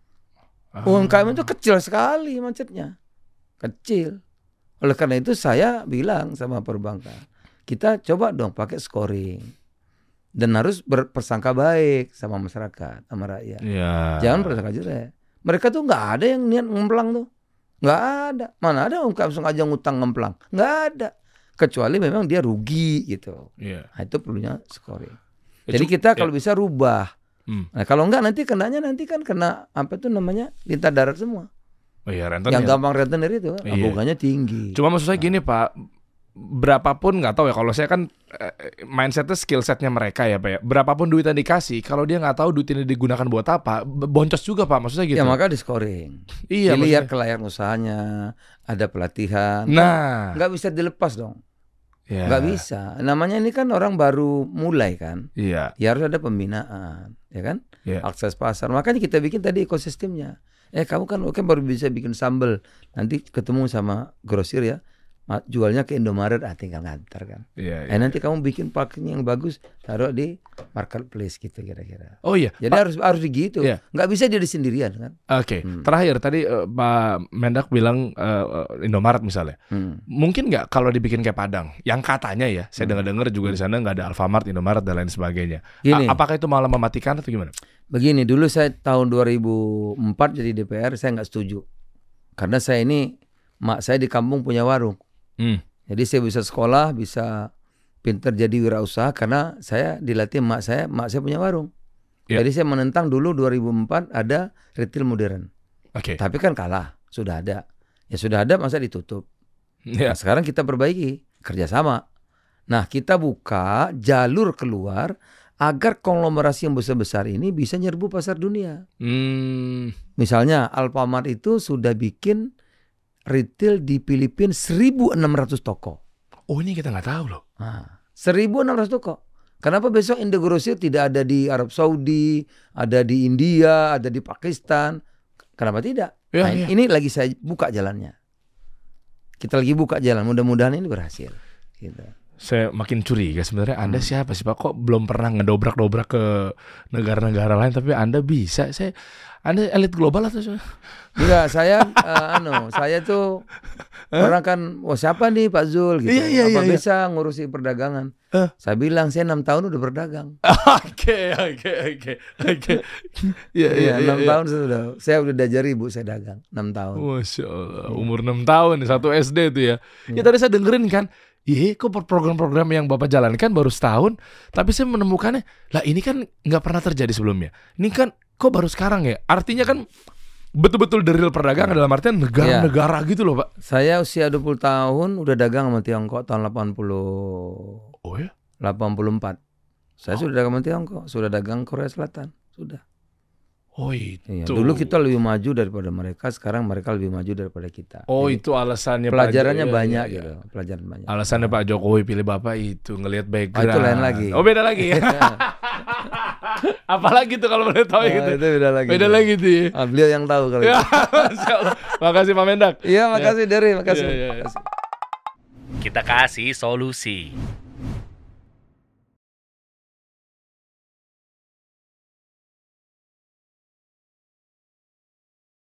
UMKM itu kecil sekali macetnya. Kecil. Oleh karena itu saya bilang sama perbankan, kita coba dong pakai scoring. Dan harus berpersangka baik sama masyarakat, sama rakyat. Ya. Jangan bersangka jelek. Mereka tuh nggak ada yang niat ngemplang tuh. Nggak ada. Mana ada UMKM sengaja ngutang ngemplang. Nggak ada. Kecuali memang dia rugi gitu. Yeah. Nah, itu perlunya scoring. Jadi kita kalau bisa rubah. Nah, kalau enggak nanti kan kena apa tuh namanya lintah darat semua. Oh iya, rentenir. Yang gampang rentenir itu bunganya tinggi. Cuma maksud saya gini, Pak, berapapun nggak tahu ya, kalau saya kan mindsetnya skill setnya mereka ya, Pak ya. Berapapun duit yang dikasih, kalau dia nggak tahu duit ini digunakan buat apa, boncos juga, Pak, maksudnya gitu. Ya maka di scoring. Iya, dilihat kelayakan usahanya, ada pelatihan. Nah, nggak bisa dilepas dong. ya. Nggak bisa. Namanya ini kan orang baru mulai kan. Iya. Ya harus ada pembinaan, ya kan? Iya. Akses pasar. Makanya kita bikin tadi ekosistemnya. Kamu kan baru bisa bikin sambal. Nanti ketemu sama grosir ya. jualnya ke Indomaret, tinggal ngantar kan. Iya. Nanti kamu bikin packaging yang bagus, taruh di marketplace gitu kira-kira. Oh iya. Jadi harus begitu. Iya. Nggak bisa dia sendirian kan. Oke. Terakhir tadi Pak Mendak bilang Indomaret misalnya. Mungkin nggak kalau dibikin kayak Padang, yang katanya ya, saya dengar juga di sana nggak ada Alfamart, Indomaret dan lain sebagainya. Gini. Apakah itu malah mematikan atau gimana? Begini, dulu saya tahun 2004 jadi DPR, saya nggak setuju. Karena saya ini, mak saya di kampung punya warung. Jadi saya bisa sekolah, bisa pinter jadi wirausaha karena saya dilatih mak saya punya warung. Jadi saya menentang dulu 2004 ada retail modern. Tapi kan kalah, sudah ada. Ya sudah ada, masa ditutup. Nah, sekarang kita perbaiki, kerjasama. Nah, kita buka jalur keluar agar konglomerasi yang besar-besar ini bisa nyerbu pasar dunia. Misalnya Alfamart itu sudah bikin retail di Filipina 1.600 toko. Oh, ini kita nggak tahu loh. 1.600 toko. Kenapa besok Indogrosir tidak ada di Arab Saudi, ada di India, ada di Pakistan? Kenapa tidak? Ini lagi saya buka jalannya. Kita lagi buka jalan. Mudah-mudahan ini berhasil. Gitu. Saya makin curiga sebenarnya Anda siapa sih Pak? Kok belum pernah ngedobrak-dobrak ke negara-negara lain tapi Anda bisa? Anda elit global atau enggak, saya saya tuh orang kan, siapa nih Pak Zul gitu. Apa bisa ngurusi perdagangan? Saya bilang saya 6 tahun udah berdagang. Oke. Iya, 6 tahun saya udah diajari ibu saya dagang 6 tahun. Masya Allah, umur 6 tahun 1 SD itu ya. Ya tadi saya dengerin kan, kok program-program yang Bapak jalankan baru setahun, tapi saya menemukannya, lah ini kan nggak pernah terjadi sebelumnya. Ini kan kok baru sekarang ya? Artinya kan betul-betul dari real perdagangan dalam artian negara-negara gitu loh Pak. Saya usia 20 tahun udah dagang sama Tiongkok tahun 80. Oh ya? 84. Saya sudah dagang sama Tiongkok, sudah dagang Korea Selatan, sudah. Oh itu. Iya, dulu kita lebih maju daripada mereka, sekarang mereka lebih maju daripada kita. Oh jadi, itu alasannya pelajarannya banyak gitu, pelajaran banyak. Alasannya Pak Jokowi pilih Bapak itu ngelihat background. Itu lain lagi. Oh beda lagi. Apalagi tuh kalau boleh tahu gitu. Itu beda lagi. Beda lagi tuh ya. Beliau yang tahu kalau itu. Masya Allah. Makasih Pak Mendak. Iya, makasih Dery, makasih. Kita kasih solusi.